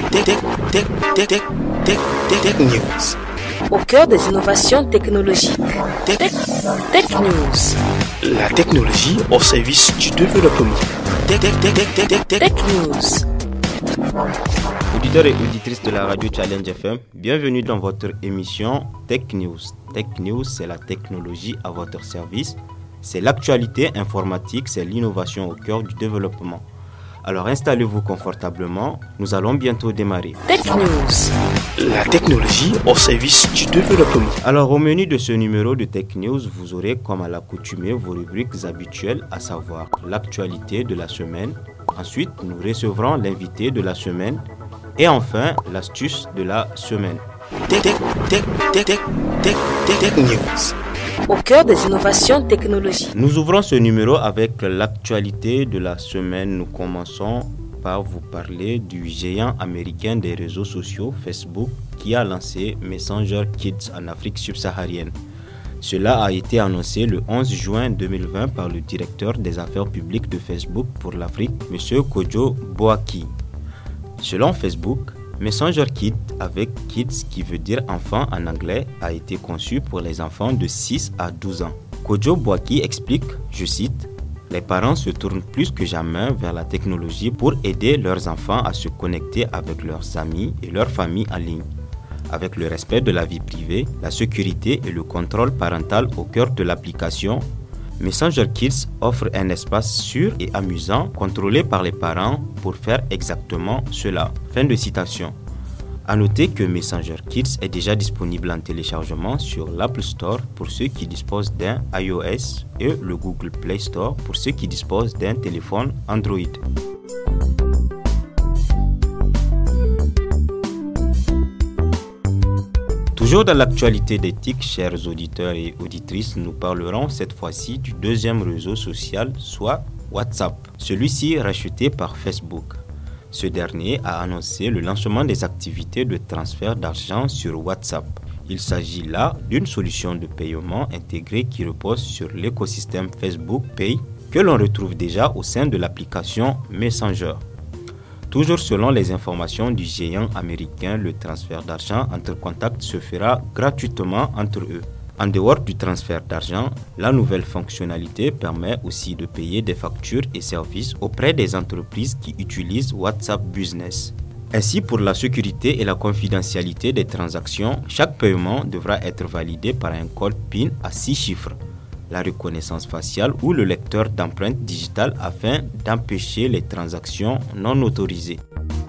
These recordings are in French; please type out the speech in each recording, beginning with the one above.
Tech News. Au cœur des innovations technologiques. Tech News. La technologie au service du développement. Tech News. Auditeurs et auditrices de la radio Challenge FM, bienvenue dans votre émission Tech News. Tech News, c'est la technologie à votre service. C'est l'actualité informatique, c'est l'innovation au cœur du développement. Alors installez-vous confortablement, nous allons bientôt démarrer. Tech News. La technologie au service du développement. Alors au menu de ce numéro de Tech News, vous aurez comme à l'accoutumée vos rubriques habituelles, à savoir l'actualité de la semaine. Ensuite, nous recevrons l'invité de la semaine. Et enfin, l'astuce de la semaine. Tech News. Au cœur des innovations technologiques. Nous ouvrons ce numéro avec l'actualité de la semaine. Nous commençons par vous parler du géant américain des réseaux sociaux, Facebook, qui a lancé Messenger Kids en Afrique subsaharienne. Cela a été annoncé le 11 juin 2020 par le directeur des affaires publiques de Facebook pour l'Afrique, M. Kojo Boaki. Selon Facebook, Messenger Kids, avec Kids qui veut dire enfant en anglais, a été conçu pour les enfants de 6 à 12 ans. Kojo Boaki explique, je cite, « Les parents se tournent plus que jamais vers la technologie pour aider leurs enfants à se connecter avec leurs amis et leurs familles en ligne. Avec le respect de la vie privée, la sécurité et le contrôle parental au cœur de l'application, Messenger Kids offre un espace sûr et amusant contrôlé par les parents pour faire exactement cela. » Fin de citation. A noter que Messenger Kids est déjà disponible en téléchargement sur l'Apple Store pour ceux qui disposent d'un iOS et le Google Play Store pour ceux qui disposent d'un téléphone Android. Toujours dans l'actualité d'éthique, chers auditeurs et auditrices, nous parlerons cette fois-ci du deuxième réseau social, soit WhatsApp. Celui-ci racheté par Facebook. Ce dernier a annoncé le lancement des activités de transfert d'argent sur WhatsApp. Il s'agit là d'une solution de paiement intégrée qui repose sur l'écosystème Facebook Pay que l'on retrouve déjà au sein de l'application Messenger. Toujours selon les informations du géant américain, le transfert d'argent entre contacts se fera gratuitement entre eux. En dehors du transfert d'argent, la nouvelle fonctionnalité permet aussi de payer des factures et services auprès des entreprises qui utilisent WhatsApp Business. Ainsi, pour la sécurité et la confidentialité des transactions, chaque paiement devra être validé par un code PIN à 6 chiffres. La reconnaissance faciale ou le lecteur d'empreintes digitales afin d'empêcher les transactions non autorisées.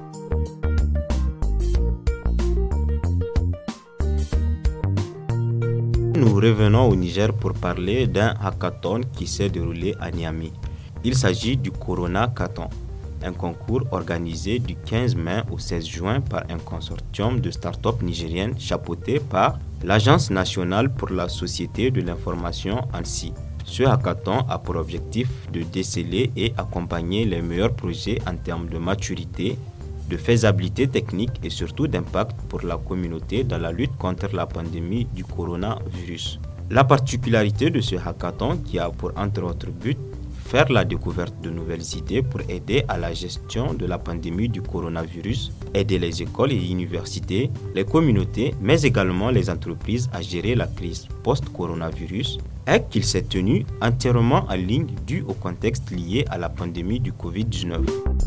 Nous revenons au Niger pour parler d'un hackathon qui s'est déroulé à Niamey. Il s'agit du Corona Hackathon, un concours organisé du 15 mai au 16 juin par un consortium de start-up nigériennes chapeauté par l'Agence nationale pour la société de l'information ANSSI. Ce hackathon a pour objectif de déceler et accompagner les meilleurs projets en termes de maturité, de faisabilité technique et surtout d'impact pour la communauté dans la lutte contre la pandémie du coronavirus. La particularité de ce hackathon qui a pour entre autres but faire la découverte de nouvelles idées pour aider à la gestion de la pandémie du coronavirus, aider les écoles et universités, les communautés, mais également les entreprises à gérer la crise post-coronavirus, et qu'il s'est tenu entièrement en ligne dû au contexte lié à la pandémie du Covid-19.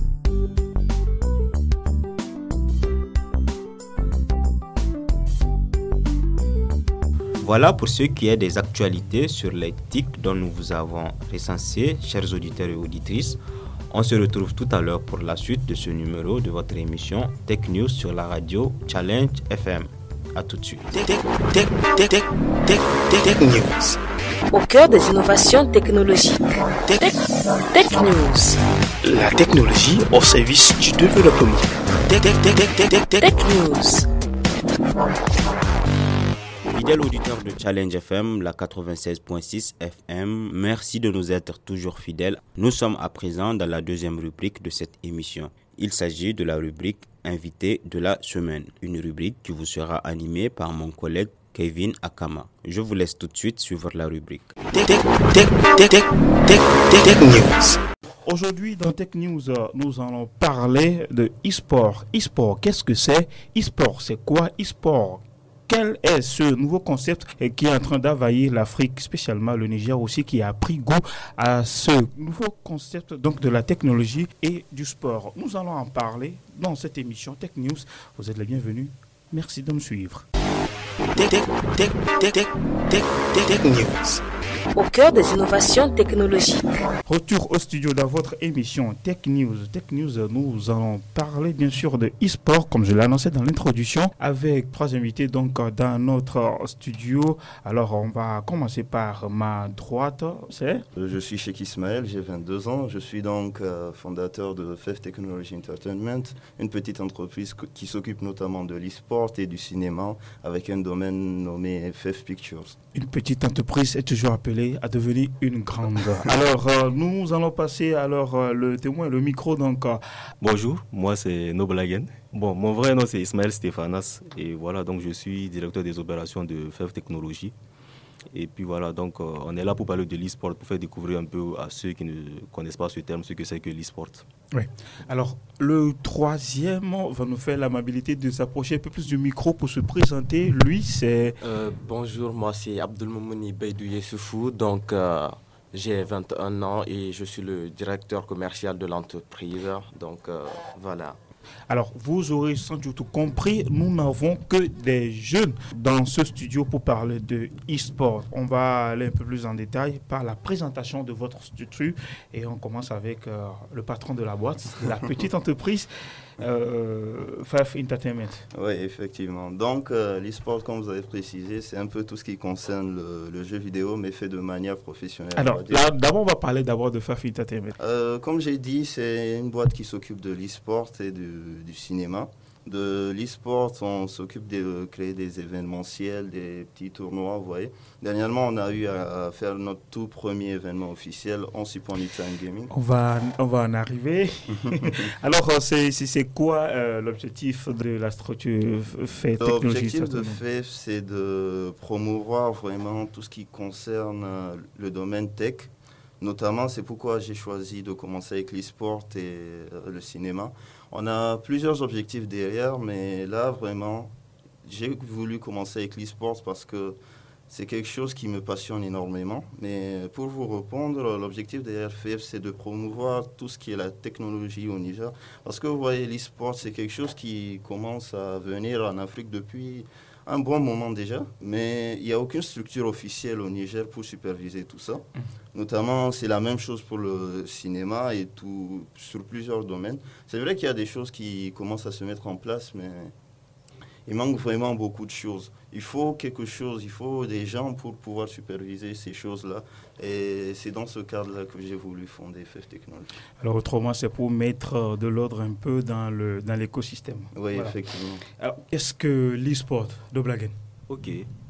Voilà pour ce qui est des actualités sur les TIC dont nous vous avons recensé, chers auditeurs et auditrices. On se retrouve tout à l'heure pour la suite de ce numéro de votre émission Tech News sur la radio Challenge FM. A tout de suite. Tech News. Au cœur des innovations technologiques. Tech News. La technologie au service du développement. Tech News. Fidèles auditeurs de Challenge FM, la 96.6 FM, merci de nous être toujours fidèles. Nous sommes à présent dans la deuxième rubrique de cette émission. Il s'agit de la rubrique Invité de la semaine, une rubrique qui vous sera animée par mon collègue Kevin Akama. Je vous laisse tout de suite suivre la rubrique. Tech News. Aujourd'hui, dans Tech News, nous allons parler de e-sport. E-sport, qu'est-ce que c'est? E-sport, c'est quoi e-sport? Quel est ce nouveau concept qui est en train d'envahir l'Afrique, spécialement le Niger aussi, qui a pris goût à ce nouveau concept donc de la technologie et du sport? Nous allons en parler dans cette émission Tech News. Vous êtes les bienvenus. Merci de me suivre. Tech News. Au cœur des innovations technologiques. Retour au studio dans votre émission Tech News. Tech News, nous allons parler bien sûr de e-sport, comme je l'ai annoncé dans l'introduction, avec 3 invités donc dans notre studio. Alors, on va commencer par ma droite. Je suis Cheikh Ismaël, j'ai 22 ans. Je suis donc fondateur de FEF Technology Entertainment, une petite entreprise qui s'occupe notamment de l'e-sport et du cinéma, avec un domaine nommé FEF Pictures. Une petite entreprise est toujours appelée à devenir une grande. Alors, nous allons passer le témoin, le micro. Donc, Bonjour, moi c'est Noblagen. Bon, mon vrai nom c'est Ismaël Stéphanas et voilà, donc je suis directeur des opérations de FEF Technologies. Et puis voilà, donc on est là pour parler de l'e-sport, pour faire découvrir un peu à ceux qui ne connaissent pas ce terme, ce que c'est que l'e-sport. Oui. Alors, le troisième va nous faire l'amabilité de s'approcher un peu plus du micro pour se présenter. Lui, c'est... Bonjour, moi c'est Abdelmoumouni Beidou Yessoufou, donc j'ai 21 ans et je suis le directeur commercial de l'entreprise, donc voilà. Alors, vous aurez sans doute compris, nous n'avons que des jeunes dans ce studio pour parler de e-sport. On va aller un peu plus en détail par la présentation de votre structure et on commence avec le patron de la boîte, de la petite entreprise, FEF Entertainment. Oui, effectivement. Donc, l'e-sport, comme vous avez précisé, c'est un peu tout ce qui concerne le jeu vidéo, mais fait de manière professionnelle. Alors, là, d'abord, on va parler de FEF Entertainment. Comme j'ai dit, c'est une boîte qui s'occupe de l'e-sport et du cinéma. De l'e-sport, on s'occupe de créer des événementiels, des petits tournois, vous voyez. Dernièrement, on a eu à faire notre tout premier événement officiel en support Time Gaming. On va en arriver. Alors, c'est quoi l'objectif de la structure FEF Technology? L'objectif de FEF, c'est de promouvoir vraiment tout ce qui concerne le domaine tech. Notamment, c'est pourquoi j'ai choisi de commencer avec l'e-sport et le cinéma. On a plusieurs objectifs derrière, mais là, vraiment, j'ai voulu commencer avec l'e-sport parce que c'est quelque chose qui me passionne énormément. Mais pour vous répondre, l'objectif derrière FEF, c'est de promouvoir tout ce qui est la technologie au Niger. Parce que vous voyez, l'e-sport, c'est quelque chose qui commence à venir en Afrique depuis un bon moment déjà, mais il n'y a aucune structure officielle au Niger pour superviser tout ça. Notamment, c'est la même chose pour le cinéma et tout, sur plusieurs domaines. C'est vrai qu'il y a des choses qui commencent à se mettre en place, mais il manque vraiment beaucoup de choses. Il faut quelque chose, il faut des gens pour pouvoir superviser ces choses-là. Et c'est dans ce cadre-là que j'ai voulu fonder FEF Technology. Alors autrement, c'est pour mettre de l'ordre un peu dans l'écosystème. Oui, voilà. Effectivement. Alors, qu'est-ce que l'e-sport de Blagen? Ok.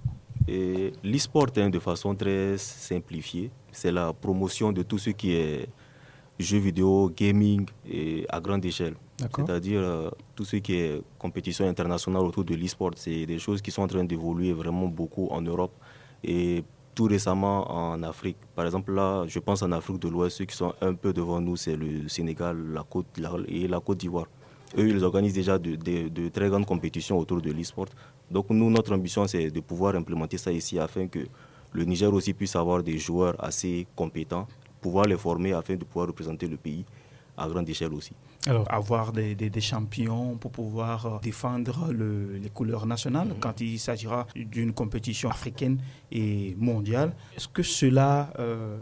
Et l'e-sport, de façon très simplifiée, c'est la promotion de tout ce qui est jeux vidéo, gaming et à grande échelle. C'est-à-dire tout ce qui est compétition internationale autour de l'e-sport, c'est des choses qui sont en train d'évoluer vraiment beaucoup en Europe et tout récemment en Afrique. Par exemple, là, je pense en Afrique de l'Ouest, ceux qui sont un peu devant nous, c'est le Sénégal, la Côte d'Ivoire. Eux, ils organisent déjà de très grandes compétitions autour de l'e-sport. Donc nous, notre ambition, c'est de pouvoir implémenter ça ici afin que le Niger aussi puisse avoir des joueurs assez compétents, pouvoir les former afin de pouvoir représenter le pays à grande échelle aussi. Alors, avoir des champions pour pouvoir défendre les couleurs nationales quand il s'agira d'une compétition africaine et mondiale. Est-ce que cela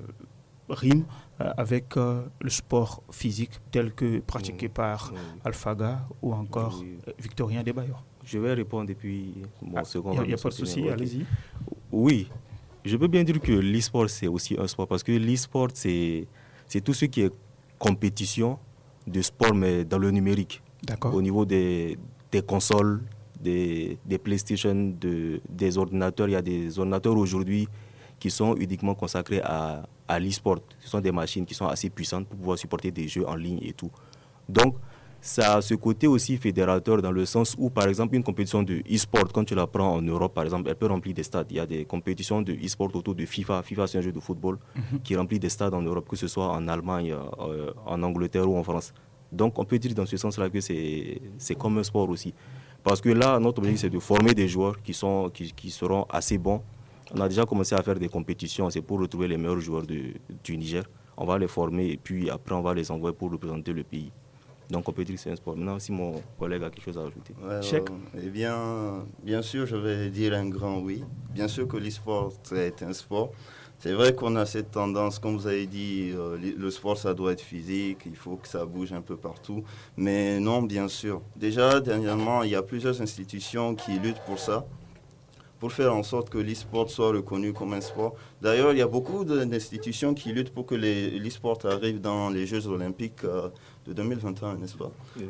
rime avec le sport physique tel que pratiqué par Alphaga ou encore Victorien Desbayor? Je vais répondre et puis mon second. Il n'y a pas de souci, allez-y. Oui, je peux bien dire que l'e-sport c'est aussi un sport parce que l'e-sport c'est tout ce qui est compétition de sport mais dans le numérique. D'accord. Au niveau des consoles, des PlayStation, des ordinateurs, il y a des ordinateurs aujourd'hui qui sont uniquement consacrés à l'e-sport. Ce sont des machines qui sont assez puissantes pour pouvoir supporter des jeux en ligne et tout. Donc, ça a ce côté aussi fédérateur dans le sens où, par exemple, une compétition de e-sport, quand tu la prends en Europe, par exemple, elle peut remplir des stades. Il y a des compétitions de e-sport autour de FIFA. FIFA, c'est un jeu de football qui remplit des stades en Europe, que ce soit en Allemagne, en Angleterre ou en France. Donc, on peut dire dans ce sens-là que c'est comme un sport aussi. Parce que là, notre objectif, c'est de former des joueurs qui seront assez bons. On a déjà commencé à faire des compétitions, c'est pour retrouver les meilleurs joueurs du Niger. On va les former et puis après, on va les envoyer pour représenter le pays. Donc on peut dire que c'est un sport. Maintenant, si mon collègue a quelque chose à ajouter. Eh bien sûr, je vais dire un grand oui. Bien sûr que l'e-sport est un sport. C'est vrai qu'on a cette tendance, comme vous avez dit, le sport, ça doit être physique, il faut que ça bouge un peu partout. Mais non, bien sûr. Déjà, dernièrement, il y a plusieurs institutions qui luttent pour ça, pour faire en sorte que l'e-sport soit reconnu comme un sport. D'ailleurs, il y a beaucoup d'institutions qui luttent pour que l'e-sport arrive dans les Jeux olympiques de 2021, n'est-ce pas? Oui.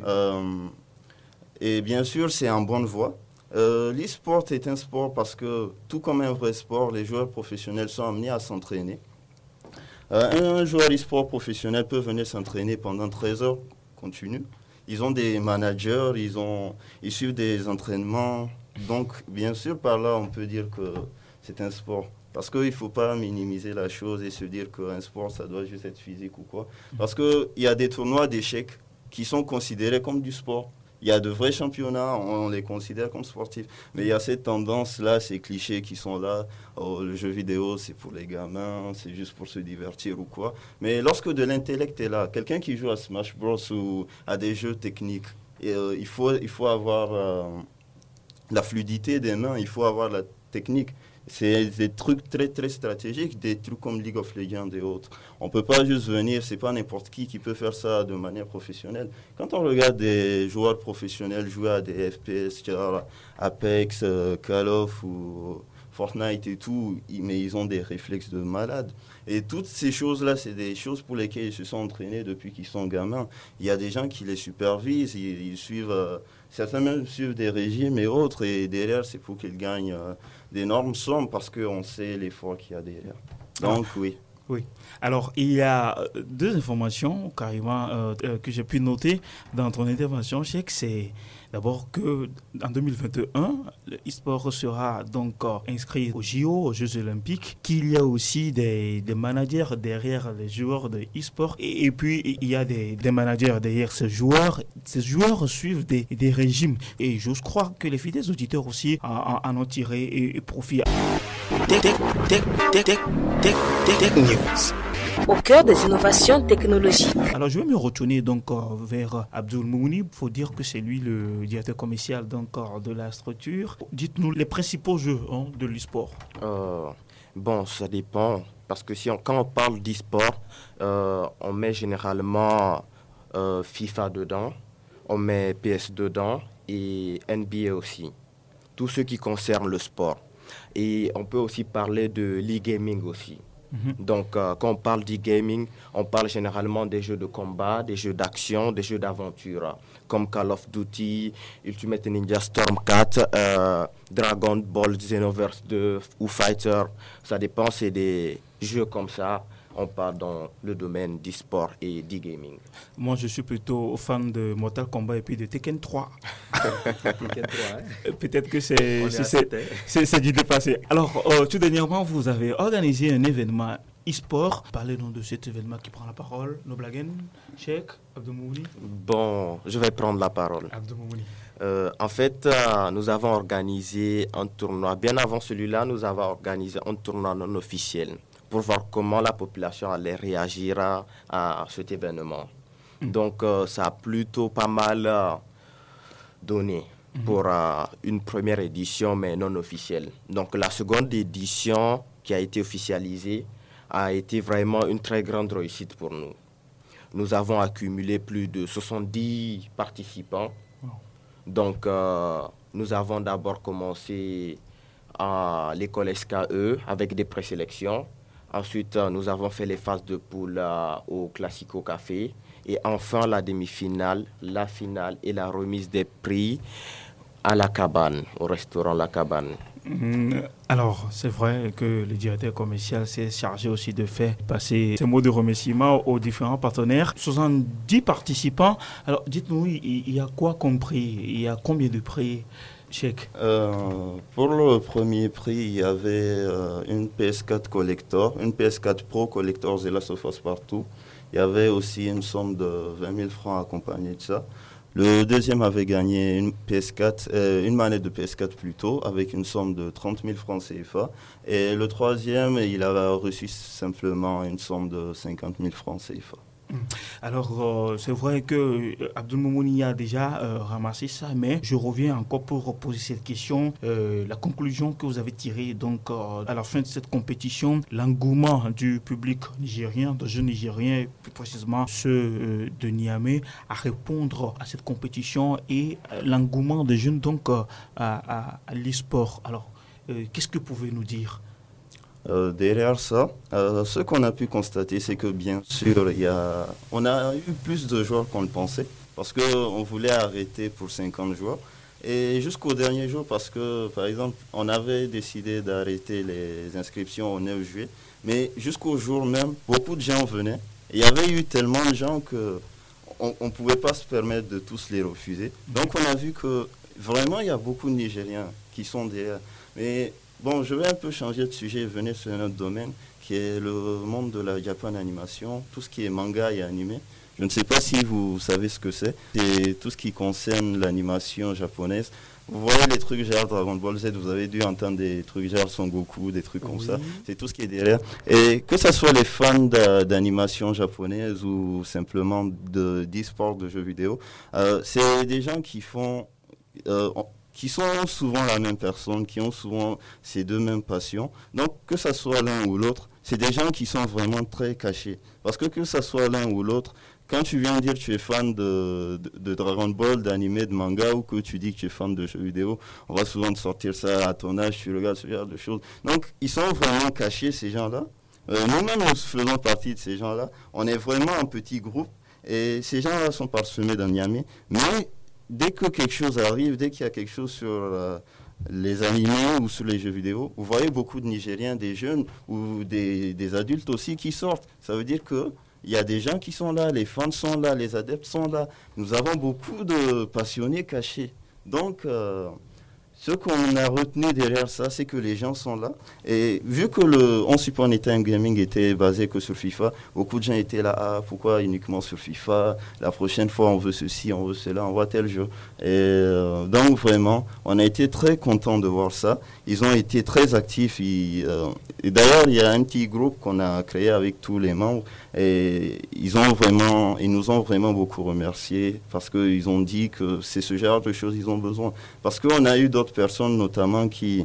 Et bien sûr, c'est en bonne voie. L'e-sport est un sport parce que, tout comme un vrai sport, les joueurs professionnels sont amenés à s'entraîner. Un joueur e-sport professionnel peut venir s'entraîner pendant 13 heures continues. Ils ont des managers, ils suivent des entraînements. Donc, bien sûr, par là, on peut dire que c'est un sport. Parce qu'il ne faut pas minimiser la chose et se dire qu'un sport, ça doit juste être physique ou quoi. Parce qu'il y a des tournois d'échecs qui sont considérés comme du sport. Il y a de vrais championnats, on les considère comme sportifs. Mais il y a cette tendance-là, ces clichés qui sont là. Oh, le jeu vidéo, c'est pour les gamins, c'est juste pour se divertir ou quoi. Mais lorsque de l'intellect est là, quelqu'un qui joue à Smash Bros ou à des jeux techniques, il faut avoir la fluidité des mains, il faut avoir la technique. C'est des trucs très, très stratégiques, des trucs comme League of Legends et autres. On ne peut pas juste venir, c'est pas n'importe qui peut faire ça de manière professionnelle. Quand on regarde des joueurs professionnels jouer à des FPS, genre Apex, Call of ou Fortnite et tout, mais ils ont des réflexes de malade. Et toutes ces choses-là, c'est des choses pour lesquelles ils se sont entraînés depuis qu'ils sont gamins. Il y a des gens qui les supervisent, ils suivent, certains même suivent des régimes et autres, et derrière, c'est pour qu'ils gagnent d'énormes sommes parce qu'on sait l'effort qu'il y a derrière. Donc, oui. Oui. Alors, il y a deux informations carrément que j'ai pu noter dans ton intervention. Je sais que c'est d'abord qu'en 2021, le e-sport sera donc inscrit aux JO, aux Jeux Olympiques, qu'il y a aussi des managers derrière les joueurs de e-sport et puis il y a des managers derrière ces joueurs. Ces joueurs suivent des régimes et j'ose croire que les fidèles auditeurs aussi en ont tiré et profit. Tech News. Au cœur des innovations technologiques. Alors je vais me retourner donc vers Abdul Moumouni. Il faut dire que c'est lui le directeur commercial donc, de la structure. Dites-nous les principaux jeux de l'e-sport. Bon, ça dépend. Parce que quand on parle d'e-sport, on met généralement FIFA dedans, on met PS dedans et NBA aussi. Tout ce qui concerne le sport. Et on peut aussi parler de l'e-gaming aussi. Donc, quand on parle d'e-gaming, on parle généralement des jeux de combat, des jeux d'action, des jeux d'aventure, comme Call of Duty, Ultimate Ninja Storm 4, Dragon Ball Xenoverse 2 ou Fighter. Ça dépend, c'est des jeux comme ça. On parle dans le domaine d'e-sport et d'e-gaming. Moi, je suis plutôt fan de Mortal Kombat et puis de Tekken 3. Tekken 3, hein? Peut-être que c'est du dépassé. Alors, tout dernièrement, vous avez organisé un événement e-sport. Parlez-nous de cet événement qui prend la parole. Noblagen, Cheikh, Abdou Moumouni. Bon, je vais prendre la parole. Abdou Moumouni. En fait, nous avons organisé un tournoi. Bien avant celui-là, nous avons organisé un tournoi non officiel pour voir comment la population allait réagir à cet événement. Donc, ça a plutôt pas mal donné pour une première édition, mais non officielle. Donc, la seconde édition qui a été officialisée a été vraiment une très grande réussite pour nous. Nous avons accumulé plus de 70 participants. Donc, nous avons d'abord commencé à l'école SKE avec des présélections. Ensuite, nous avons fait les phases de poule au Classico Café. Et enfin, la demi-finale, la finale et la remise des prix à la cabane, au restaurant La Cabane. Alors, c'est vrai que le directeur commercial s'est chargé aussi de faire passer ces mots de remerciement aux différents partenaires. 70 participants. Alors, dites-nous, il y a quoi comme prix? Il y a combien de prix, Cheikh? Pour le premier prix, il y avait une PS4 Collector, une PS4 Pro Collector The Last of Us Partout. Il y avait aussi une somme de 20 000 francs accompagnée de ça. Le deuxième avait gagné une PS4, une manette de PS4 plutôt, avec une somme de 30 000 francs CFA. Et le troisième, il avait reçu simplement une somme de 50 000 francs CFA. Alors, c'est vrai que Abdoul Moumouni a déjà ramassé ça, mais je reviens encore pour poser cette question. La conclusion que vous avez tirée donc, à la fin de cette compétition, l'engouement du public nigérien, de jeunes Nigériens, plus précisément ceux de Niamey, à répondre à cette compétition et l'engouement des jeunes donc, à l'e-sport. Alors, qu'est-ce que vous pouvez nous dire? Derrière ça, ce qu'on a pu constater, c'est que bien sûr, on a eu plus de joueurs qu'on le pensait, parce qu'on voulait arrêter pour 50 joueurs. Et jusqu'au dernier jour, parce que, par exemple, on avait décidé d'arrêter les inscriptions au 9 juillet, mais jusqu'au jour même, beaucoup de gens venaient. Il y avait eu tellement de gens qu'on ne pouvait pas se permettre de tous les refuser. Donc on a vu que vraiment, il y a beaucoup de Nigériens qui sont derrière. Mais bon, je vais un peu changer de sujet et venir sur un autre domaine qui est le monde de la Japan Animation, tout ce qui est manga et animé. Je ne sais pas si vous savez ce que c'est. C'est tout ce qui concerne l'animation japonaise. Vous voyez les trucs genre Dragon Ball Z, vous avez dû entendre des trucs genre Son Goku, des trucs comme ça. C'est tout ce qui est derrière. Et que ce soit les fans d'animation japonaise ou simplement d'e-sport, de jeux vidéo, c'est des gens qui font... qui sont souvent la même personne, qui ont souvent ces deux mêmes passions. Donc, que ce soit l'un ou l'autre, c'est des gens qui sont vraiment très cachés. Parce que ce soit l'un ou l'autre, quand tu viens dire que tu es fan de Dragon Ball, d'animé, de manga, ou que tu dis que tu es fan de jeux vidéo, on va souvent te sortir ça à ton âge, tu regardes ce genre de choses. Donc, ils sont vraiment cachés, ces gens-là. Nous-mêmes, nous faisons partie de ces gens-là. On est vraiment un petit groupe, et ces gens-là sont parsemés dans Niamey. Mais dès que quelque chose arrive, dès qu'il y a quelque chose sur les animés ou sur les jeux vidéo, vous voyez beaucoup de Nigériens, des jeunes ou des adultes aussi qui sortent. Ça veut dire qu'il y a des gens qui sont là, les fans sont là, les adeptes sont là. Nous avons beaucoup de passionnés cachés. Donc, ce qu'on a retenu derrière ça, c'est que les gens sont là. Et vu que On Support Time Gaming était basé que sur FIFA, beaucoup de gens étaient là, ah, pourquoi uniquement sur FIFA? La prochaine fois, on veut ceci, on veut cela, on voit tel jeu. Et donc, vraiment, on a été très contents de voir ça. Ils ont été très actifs. Et d'ailleurs, il y a un petit groupe qu'on a créé avec tous les membres. Et ils nous ont vraiment beaucoup remerciés parce qu'ils ont dit que c'est ce genre de choses qu'ils ont besoin. Parce qu'on a eu d'autres personnes notamment qui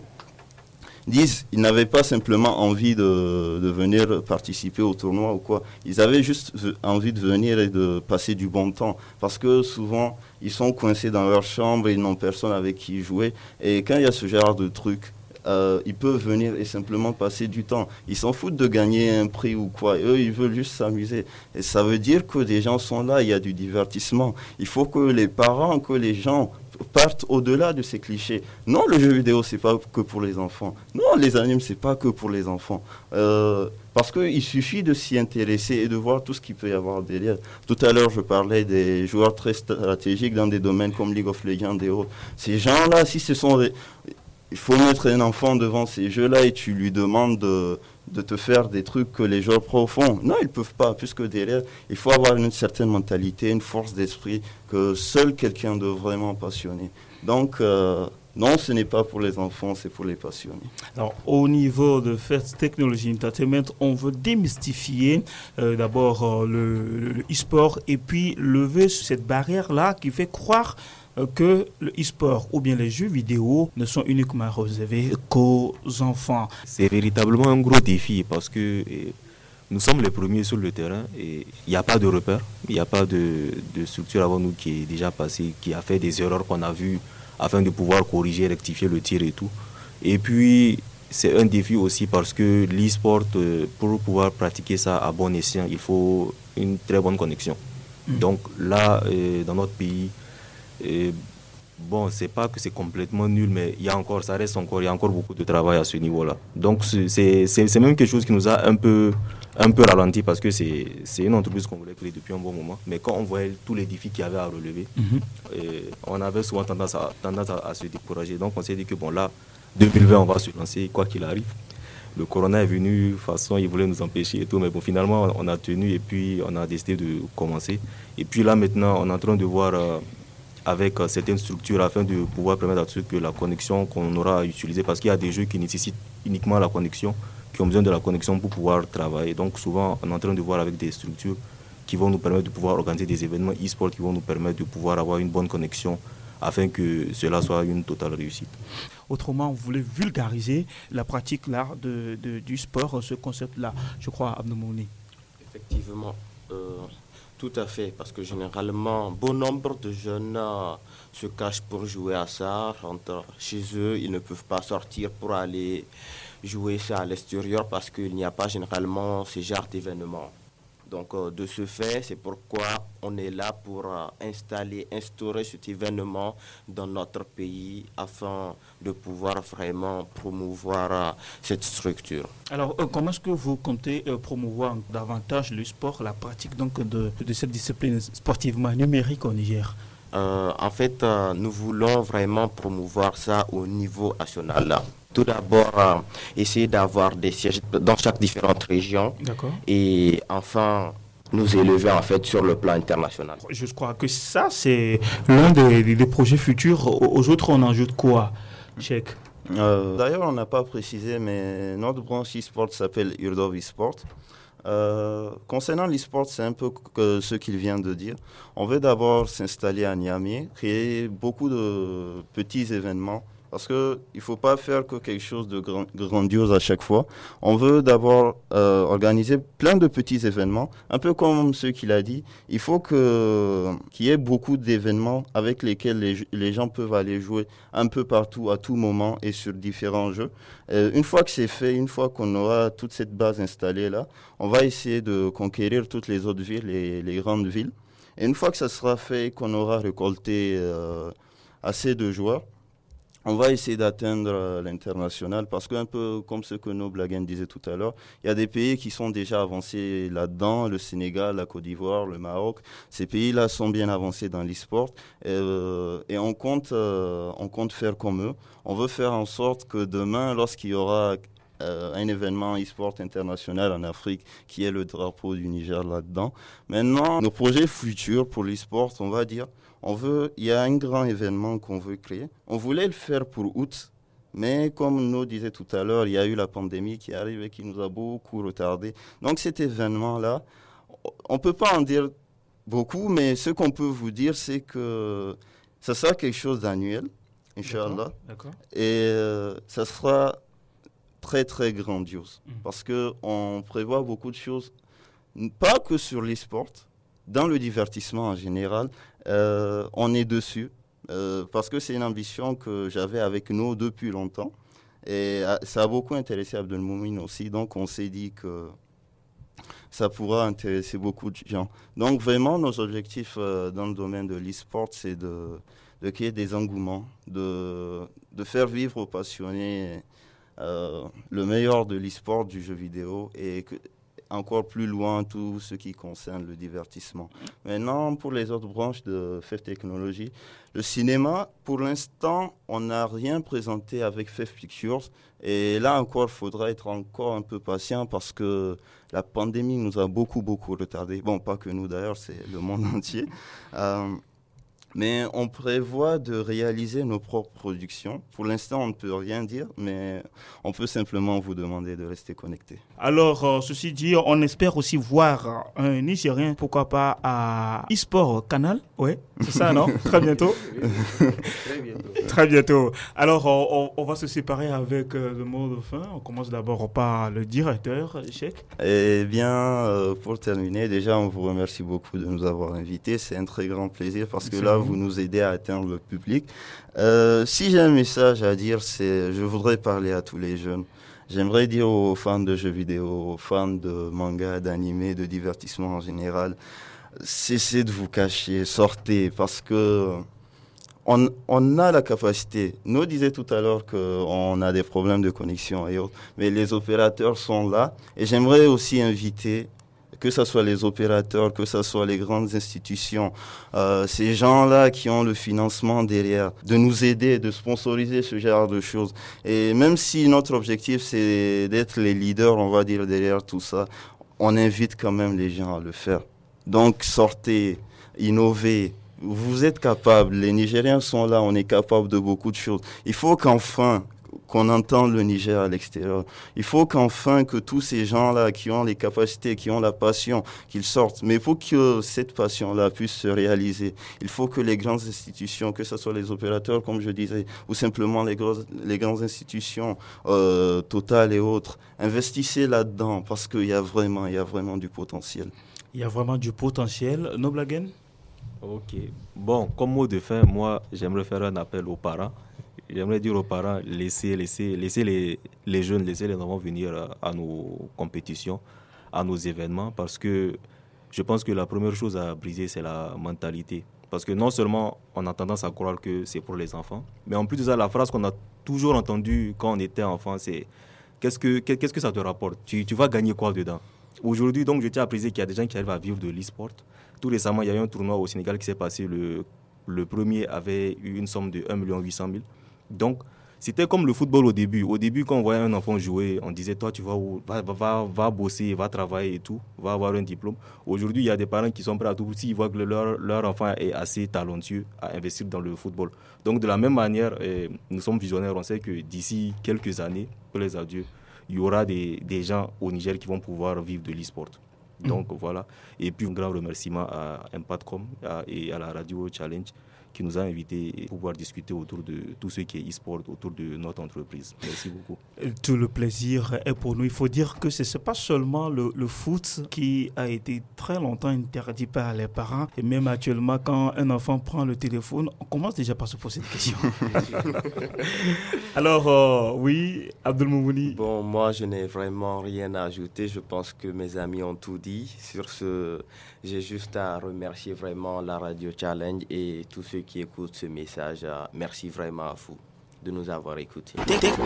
disent qu'ils n'avaient pas simplement envie de venir participer au tournoi ou quoi. Ils avaient juste envie de venir et de passer du bon temps. Parce que souvent, ils sont coincés dans leur chambre et ils n'ont personne avec qui jouer. Et quand il y a ce genre de trucs, ils peuvent venir et simplement passer du temps. Ils s'en foutent de gagner un prix ou quoi. Eux, ils veulent juste s'amuser. Et ça veut dire que des gens sont là, il y a du divertissement. Il faut que les parents, que les gens partent au-delà de ces clichés. Non, le jeu vidéo, c'est pas que pour les enfants. Non, les animes, c'est pas que pour les enfants. Parce qu'il suffit de s'y intéresser et de voir tout ce qu'il peut y avoir derrière. Tout à l'heure, je parlais des joueurs très stratégiques dans des domaines comme League of Legends et autres. Ces gens-là, si ce sont... Il faut mettre un enfant devant ces jeux-là et tu lui demandes de te faire des trucs que les joueurs pro font. Non, ils ne peuvent pas, puisque derrière, il faut avoir une certaine mentalité, une force d'esprit que seul quelqu'un de vraiment passionné. Donc, non, ce n'est pas pour les enfants, c'est pour les passionnés. Alors, au niveau de First Technology Entertainment, on veut démystifier d'abord le e-sport et puis lever cette barrière-là qui fait croire que le e-sport ou bien les jeux vidéo ne sont uniquement réservés qu'aux enfants. C'est véritablement un gros défi parce que nous sommes les premiers sur le terrain et il n'y a pas de repère, il n'y a pas de structure avant nous qui est déjà passée, qui a fait des erreurs qu'on a vues afin de pouvoir corriger, rectifier le tir et tout. Et puis, c'est un défi aussi parce que l'e-sport, pour pouvoir pratiquer ça à bon escient, il faut une très bonne connexion. Donc là, dans notre pays, Bon, c'est pas que c'est complètement nul, mais il y a encore beaucoup de travail à ce niveau-là. Donc c'est même quelque chose qui nous a un peu ralenti parce que c'est une entreprise qu'on voulait créer depuis un bon moment. Mais quand on voyait tous les défis qu'il y avait à relever, on avait souvent tendance à se décourager. Donc on s'est dit que bon là, 2020, on va se lancer quoi qu'il arrive. Le corona est venu, de toute façon, il voulait nous empêcher et tout, mais bon, finalement, on a tenu et puis on a décidé de commencer. Et puis là, maintenant, on est en train de voir avec certaines structures afin de pouvoir permettre à ceux que la connexion qu'on aura à utiliser, parce qu'il y a des jeux qui nécessitent uniquement la connexion, qui ont besoin de la connexion pour pouvoir travailler. Donc souvent, on est en train de voir avec des structures qui vont nous permettre de pouvoir organiser des événements e-sport qui vont nous permettre de pouvoir avoir une bonne connexion afin que cela soit une totale réussite. Autrement, vous voulez vulgariser la pratique là, du sport, ce concept-là, je crois, Abdoumouni. Effectivement, tout à fait, parce que généralement, bon nombre de jeunes se cachent pour jouer à ça, rentrent chez eux, ils ne peuvent pas sortir pour aller jouer ça à l'extérieur parce qu'il n'y a pas généralement ce genre d'événements. Donc de ce fait, c'est pourquoi on est là pour instaurer cet événement dans notre pays afin de pouvoir vraiment promouvoir cette structure. Alors, comment est-ce que vous comptez promouvoir davantage le sport, la pratique donc de cette discipline sportivement numérique au Niger? En fait, nous voulons vraiment promouvoir ça au niveau national. Tout d'abord, essayer d'avoir des sièges dans chaque différente région. D'accord. Et enfin, nous élever en fait sur le plan international. Je crois que ça, c'est l'un des projets futurs. Aux autres, on en ajoute quoi, Cheikh? D'ailleurs, on n'a pas précisé, mais notre branche e-sport s'appelle Urdov e-sport. Concernant l'e-sport, c'est un peu ce qu'il vient de dire. On veut d'abord s'installer à Niamey, créer beaucoup de petits événements, parce qu'il ne faut pas faire que quelque chose de grandiose à chaque fois. On veut d'abord organiser plein de petits événements, un peu comme ce qu'il a dit. Il faut qu'il y ait beaucoup d'événements avec lesquels les gens peuvent aller jouer un peu partout, à tout moment et sur différents jeux. Une fois que c'est fait, une fois qu'on aura toute cette base installée là, on va essayer de conquérir toutes les autres villes et les grandes villes. Et une fois que ça sera fait, qu'on aura récolté assez de joueurs, on va essayer d'atteindre l'international parce qu'un peu comme ce que nos Blaguen disaient tout à l'heure, il y a des pays qui sont déjà avancés là-dedans, le Sénégal, la Côte d'Ivoire, le Maroc. Ces pays-là sont bien avancés dans l'e-sport et on compte faire comme eux. On veut faire en sorte que demain, lorsqu'il y aura un événement e-sport international en Afrique qui est le drapeau du Niger là-dedans. Maintenant, nos projets futurs pour l'e-sport, on va dire, il y a un grand événement qu'on veut créer. On voulait le faire pour août, mais comme nous disait tout à l'heure, il y a eu la pandémie qui arrive et qui nous a beaucoup retardé. Donc cet événement-là, on ne peut pas en dire beaucoup, mais ce qu'on peut vous dire, c'est que ça sera quelque chose d'annuel, Inch'Allah. D'accord. Et ça sera très très grandiose parce qu'on prévoit beaucoup de choses, pas que sur l'e-sport, dans le divertissement en général, on est dessus parce que c'est une ambition que j'avais avec nous depuis longtemps et ça a beaucoup intéressé Abdelmoumine aussi, donc on s'est dit que ça pourra intéresser beaucoup de gens. Donc vraiment nos objectifs dans le domaine de l'e-sport, c'est de créer des engouements, de faire vivre aux passionnés le meilleur de l'e-sport, du jeu vidéo et encore plus loin tout ce qui concerne le divertissement. Maintenant, pour les autres branches de FEF Technologies, le cinéma, pour l'instant, on n'a rien présenté avec FEF Pictures et là encore, il faudra être encore un peu patient parce que la pandémie nous a beaucoup retardé. Bon, pas que nous d'ailleurs, c'est le monde entier. Mais on prévoit de réaliser nos propres productions. Pour l'instant, on ne peut rien dire, mais on peut simplement vous demander de rester connecté. Alors, ceci dit, on espère aussi voir un Nigérien, pourquoi pas à eSport Canal. Oui, c'est ça, non? Très bientôt. Très bientôt. Très bientôt. Alors, on va se séparer avec le mot de fin. On commence d'abord par le directeur, Cheikh. Eh bien, pour terminer, déjà, on vous remercie beaucoup de nous avoir invités. C'est un très grand plaisir parce que là, vous nous aidez à atteindre le public. Si j'ai un message à dire, je voudrais parler à tous les jeunes. J'aimerais dire aux fans de jeux vidéo, aux fans de manga, d'animé, de divertissement en général, cessez de vous cacher, sortez, parce que on a la capacité. Nous disait tout à l'heure qu'on a des problèmes de connexion et autres, mais les opérateurs sont là. Et j'aimerais aussi inviter, que ce soit les opérateurs, que ce soit les grandes institutions, ces gens-là qui ont le financement derrière, de nous aider, de sponsoriser ce genre de choses. Et même si notre objectif, c'est d'être les leaders, on va dire, derrière tout ça, on invite quand même les gens à le faire. Donc, sortez, innovez. Vous êtes capables, les Nigériens sont là, on est capable de beaucoup de choses. Il faut qu'on entende le Niger à l'extérieur. Il faut que tous ces gens-là qui ont les capacités, qui ont la passion, qu'ils sortent. Mais pour que cette passion-là puisse se réaliser, il faut que les grandes institutions, que ce soit les opérateurs, comme je disais, ou simplement les grandes institutions, Total et autres, investissez là-dedans parce qu'il y a vraiment du potentiel. Il y a vraiment du potentiel. Noblagen? Ok. Bon, comme mot de fin, moi, j'aimerais faire un appel aux parents. J'aimerais dire aux parents, laissez les jeunes, laissez les enfants venir à nos compétitions, à nos événements, parce que je pense que la première chose à briser, c'est la mentalité. Parce que non seulement on a tendance à croire que c'est pour les enfants, mais en plus de ça, la phrase qu'on a toujours entendue quand on était enfant, c'est qu'est-ce que ça te rapporte? Tu vas gagner quoi dedans? Aujourd'hui, donc, je tiens à préciser qu'il y a des gens qui arrivent à vivre de l'e-sport. Tout récemment, il y a eu un tournoi au Sénégal qui s'est passé. Le premier avait eu une somme de 1 800 000. Donc, c'était comme le football au début. Au début, quand on voyait un enfant jouer, on disait, toi, tu vas où? Va bosser, va travailler et tout, va avoir un diplôme. Aujourd'hui, il y a des parents qui sont prêts à tout. S'ils voient que leur enfant est assez talentueux, à investir dans le football. Donc, de la même manière, nous sommes visionnaires. On sait que d'ici quelques années, pour les adieux, il y aura des gens au Niger qui vont pouvoir vivre de l'e-sport. Donc voilà. Et puis un grand remerciement à Impactcom et à la Radio Challenge qui nous a invités pour pouvoir discuter autour de tout ce qui est e-sport, autour de notre entreprise. Merci beaucoup. Tout le plaisir est pour nous. Il faut dire que ce n'est pas seulement le foot qui a été très longtemps interdit par les parents. Et même actuellement, quand un enfant prend le téléphone, on commence déjà par se poser des questions. Alors, oui, Abdul Moumouni. Bon, moi, je n'ai vraiment rien à ajouter. Je pense que mes amis ont tout dit. Sur ce, j'ai juste à remercier vraiment la Radio Challenge et tous ceux qui écoutent ce message. Merci vraiment à vous de nous avoir écoutés.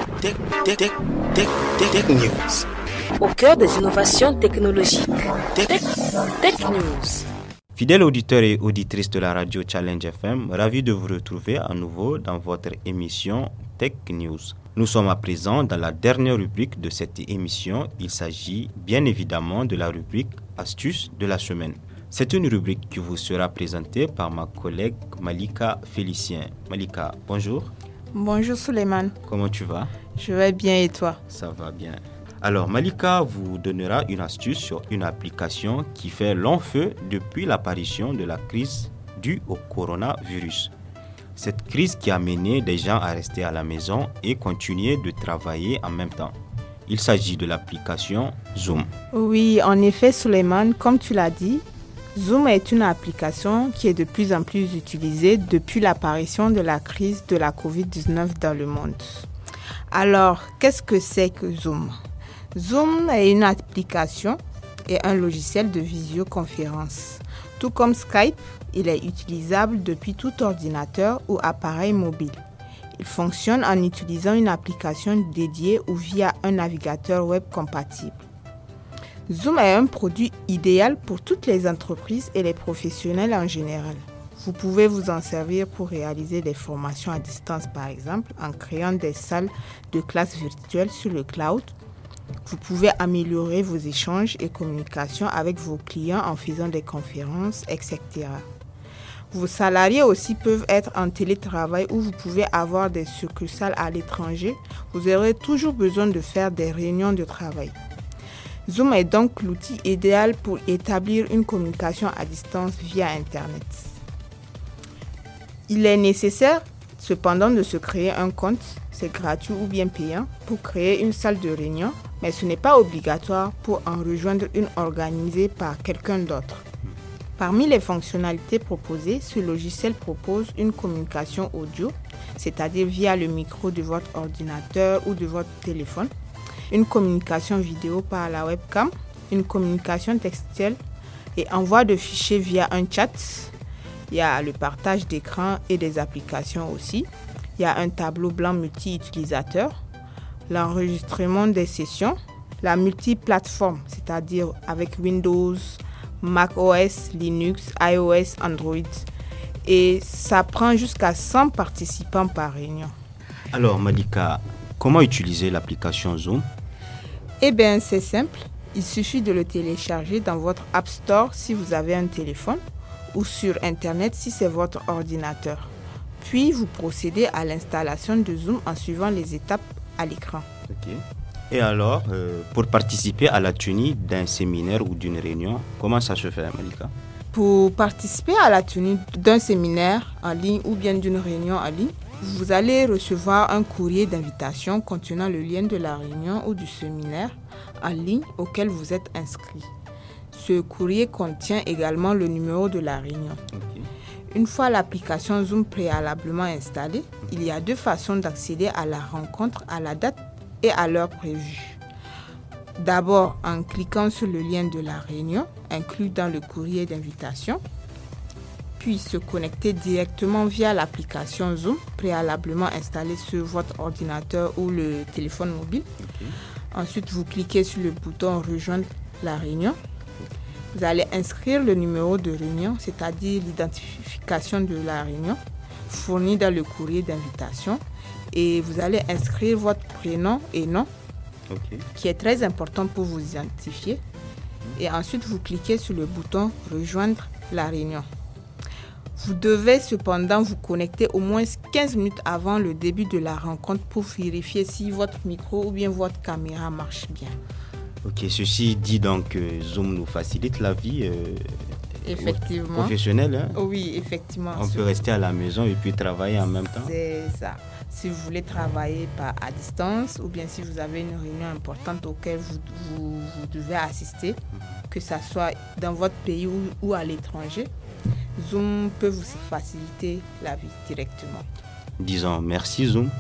Tech News. Au cœur des innovations technologiques. Tech News. Fidèles auditeurs et auditrices de la radio Challenge FM, ravi de vous retrouver à nouveau dans votre émission Tech News. Nous sommes à présent dans la dernière rubrique de cette émission. Il s'agit bien évidemment de la rubrique Astuces de la semaine. C'est une rubrique qui vous sera présentée par ma collègue Malika Félicien. Malika, bonjour. Bonjour Suleiman. Comment tu vas? Je vais bien et toi? Ça va bien. Alors Malika vous donnera une astuce sur une application qui fait long feu depuis l'apparition de la crise due au coronavirus. Cette crise qui a mené des gens à rester à la maison et continuer de travailler en même temps. Il s'agit de l'application Zoom. Oui, en effet Suleiman, comme tu l'as dit, Zoom est une application qui est de plus en plus utilisée depuis l'apparition de la crise de la COVID-19 dans le monde. Alors, qu'est-ce que c'est que Zoom? Zoom est une application et un logiciel de visioconférence. Tout comme Skype, il est utilisable depuis tout ordinateur ou appareil mobile. Il fonctionne en utilisant une application dédiée ou via un navigateur web compatible. Zoom est un produit idéal pour toutes les entreprises et les professionnels en général. Vous pouvez vous en servir pour réaliser des formations à distance par exemple, en créant des salles de classe virtuelles sur le cloud. Vous pouvez améliorer vos échanges et communications avec vos clients en faisant des conférences, etc. Vos salariés aussi peuvent être en télétravail ou vous pouvez avoir des succursales à l'étranger. Vous aurez toujours besoin de faire des réunions de travail. Zoom est donc l'outil idéal pour établir une communication à distance via Internet. Il est nécessaire cependant de se créer un compte, c'est gratuit ou bien payant, pour créer une salle de réunion, mais ce n'est pas obligatoire pour en rejoindre une organisée par quelqu'un d'autre. Parmi les fonctionnalités proposées, ce logiciel propose une communication audio, c'est-à-dire via le micro de votre ordinateur ou de votre téléphone, une communication vidéo par la webcam, une communication textuelle et envoi de fichiers via un chat, Il y a le partage d'écran et des applications aussi. Il y a un tableau blanc multi-utilisateur, l'enregistrement des sessions, la multiplateforme, c'est-à-dire avec Windows, Mac OS, Linux, iOS, Android. Et ça prend jusqu'à 100 participants par réunion. Alors Malika, comment utiliser l'application Zoom? Eh bien, c'est simple. Il suffit de le télécharger dans votre App Store si vous avez un téléphone ou sur Internet si c'est votre ordinateur. Puis, vous procédez à l'installation de Zoom en suivant les étapes à l'écran. Ok. Et alors, pour participer à la tenue d'un séminaire ou d'une réunion, comment ça se fait, Malika? Pour participer à la tenue d'un séminaire en ligne ou bien d'une réunion en ligne, vous allez recevoir un courrier d'invitation contenant le lien de la réunion ou du séminaire en ligne auquel vous êtes inscrit. Ce courrier contient également le numéro de la réunion. Okay. Une fois l'application Zoom préalablement installée, il y a 2 façons d'accéder à la rencontre à la date et à l'heure prévue. D'abord, en cliquant sur le lien de la réunion inclus dans le courrier d'invitation, puis se connecter directement via l'application Zoom préalablement installée sur votre ordinateur ou le téléphone mobile. Okay. Ensuite, vous cliquez sur le bouton « Rejoindre la réunion ». Vous allez inscrire le numéro de réunion, c'est-à-dire l'identification de la réunion fournie dans le courrier d'invitation. Et vous allez inscrire votre prénom et nom, okay, qui est très important pour vous identifier. Et ensuite, vous cliquez sur le bouton « Rejoindre la réunion ». Vous devez cependant vous connecter au moins 15 minutes avant le début de la rencontre pour vérifier si votre micro ou bien votre caméra marche bien. Ok, ceci dit donc que Zoom nous facilite la vie effectivement. Professionnelle. Hein? Oui, effectivement. On peut rester à la maison et puis travailler en même temps. C'est ça. Si vous voulez travailler à distance ou bien si vous avez une réunion importante auquel vous devez assister, que ce soit dans votre pays ou à l'étranger, Zoom peut vous faciliter la vie directement. Disons merci Zoom.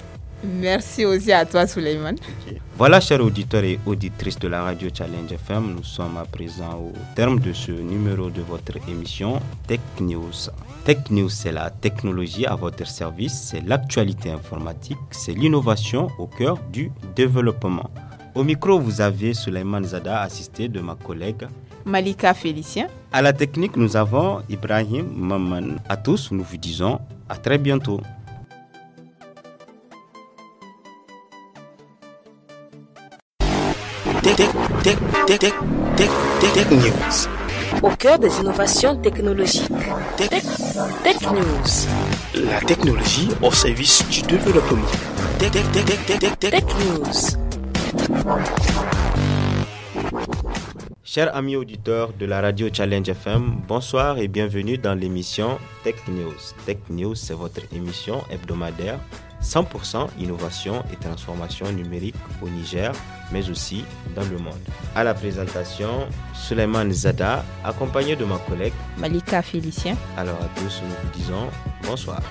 Merci aussi à toi Souleymane. Okay. Voilà, chers auditeurs et auditrices de la radio Challenge FM, nous sommes à présent au terme de ce numéro de votre émission Tech News. Tech News, c'est la technologie à votre service, c'est l'actualité informatique, c'est l'innovation au cœur du développement. Au micro, vous avez Souleymane Zada, assisté de ma collègue Malika Félicien. À la technique, nous avons Ibrahim Maman. À tous, nous vous disons à très bientôt. Tech News. Au cœur des innovations technologiques. Tech News. La technologie au service du développement. Tech News. Chers amis auditeurs de la radio Challenge FM, bonsoir et bienvenue dans l'émission Tech News. Tech News, c'est votre émission hebdomadaire 100% innovation et transformation numérique au Niger, mais aussi dans le monde. À la présentation, Souleymane Zada, accompagné de ma collègue Malika Félicien. Alors à tous, nous vous disons bonsoir.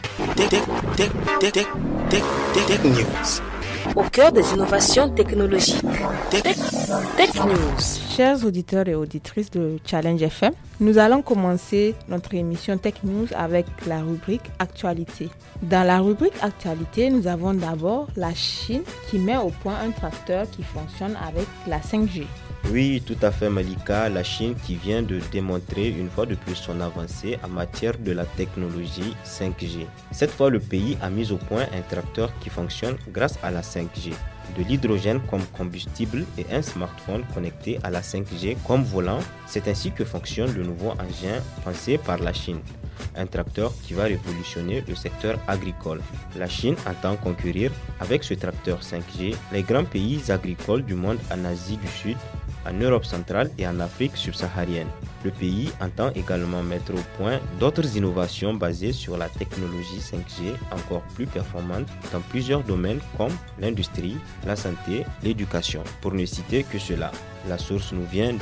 Tech News. Au cœur des innovations technologiques. Tech News. Chers auditeurs et auditrices de Challenge FM, nous allons commencer notre émission Tech News avec la rubrique Actualité. Dans la rubrique Actualité, nous avons d'abord la Chine qui met au point un tracteur qui fonctionne avec la 5G. Oui, tout à fait Malika, la Chine qui vient de démontrer une fois de plus son avancée en matière de la technologie 5G. Cette fois, le pays a mis au point un tracteur qui fonctionne grâce à la 5G. De l'hydrogène comme combustible et un smartphone connecté à la 5G comme volant, c'est ainsi que fonctionne le nouveau engin pensé par la Chine. Un tracteur qui va révolutionner le secteur agricole. La Chine entend concourir avec ce tracteur 5G les grands pays agricoles du monde en Asie du Sud, en Europe centrale et en Afrique subsaharienne. Le pays entend également mettre au point d'autres innovations basées sur la technologie 5G encore plus performantes dans plusieurs domaines comme l'industrie, la santé, l'éducation. Pour ne citer que cela, la source nous vient de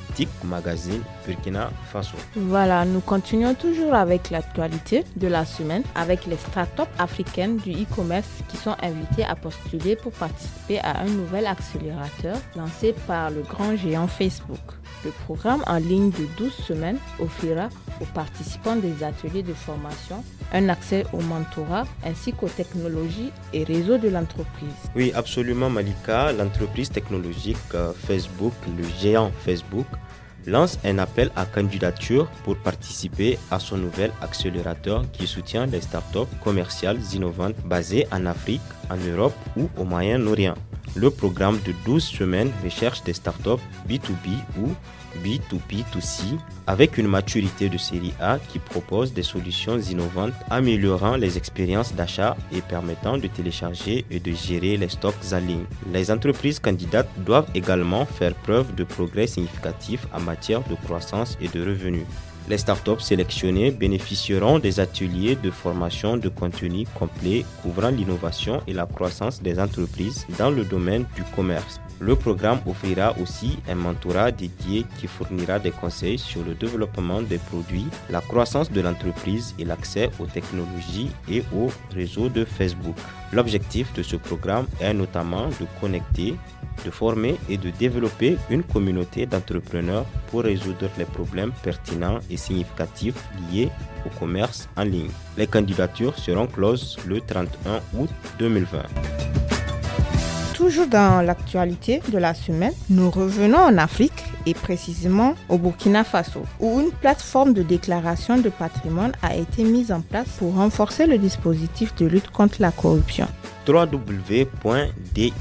TIC Magazine Burkina Faso. Voilà, nous continuons toujours avec l'actualité de la semaine avec les startups africaines du e-commerce qui sont invitées à postuler pour participer à un nouvel accélérateur lancé par le grand géant Facebook. Le programme en ligne de 12 semaines offrira aux participants des ateliers de formation, un accès au mentorat ainsi qu'aux technologies et réseaux de l'entreprise. Oui, absolument Malika. L'entreprise technologique Facebook, le géant Facebook, lance un appel à candidature pour participer à son nouvel accélérateur qui soutient les startups commerciales innovantes basées en Afrique, en Europe ou au Moyen-Orient. Le programme de 12 semaines recherche des startups B2B ou B2B2C avec une maturité de série A qui propose des solutions innovantes améliorant les expériences d'achat et permettant de télécharger et de gérer les stocks en ligne. Les entreprises candidates doivent également faire preuve de progrès significatif en matière de croissance et de revenus. Les startups sélectionnées bénéficieront des ateliers de formation de contenu complet couvrant l'innovation et la croissance des entreprises dans le domaine du commerce. Le programme offrira aussi un mentorat dédié qui fournira des conseils sur le développement des produits, la croissance de l'entreprise et l'accès aux technologies et aux réseaux de Facebook. L'objectif de ce programme est notamment de connecter, de former et de développer une communauté d'entrepreneurs pour résoudre les problèmes pertinents et significatifs liés au commerce en ligne. Les candidatures seront closes le 31 août 2020. Toujours dans l'actualité de la semaine, nous revenons en Afrique et précisément au Burkina Faso, où une plateforme de déclaration de patrimoine a été mise en place pour renforcer le dispositif de lutte contre la corruption. www.dip.bf.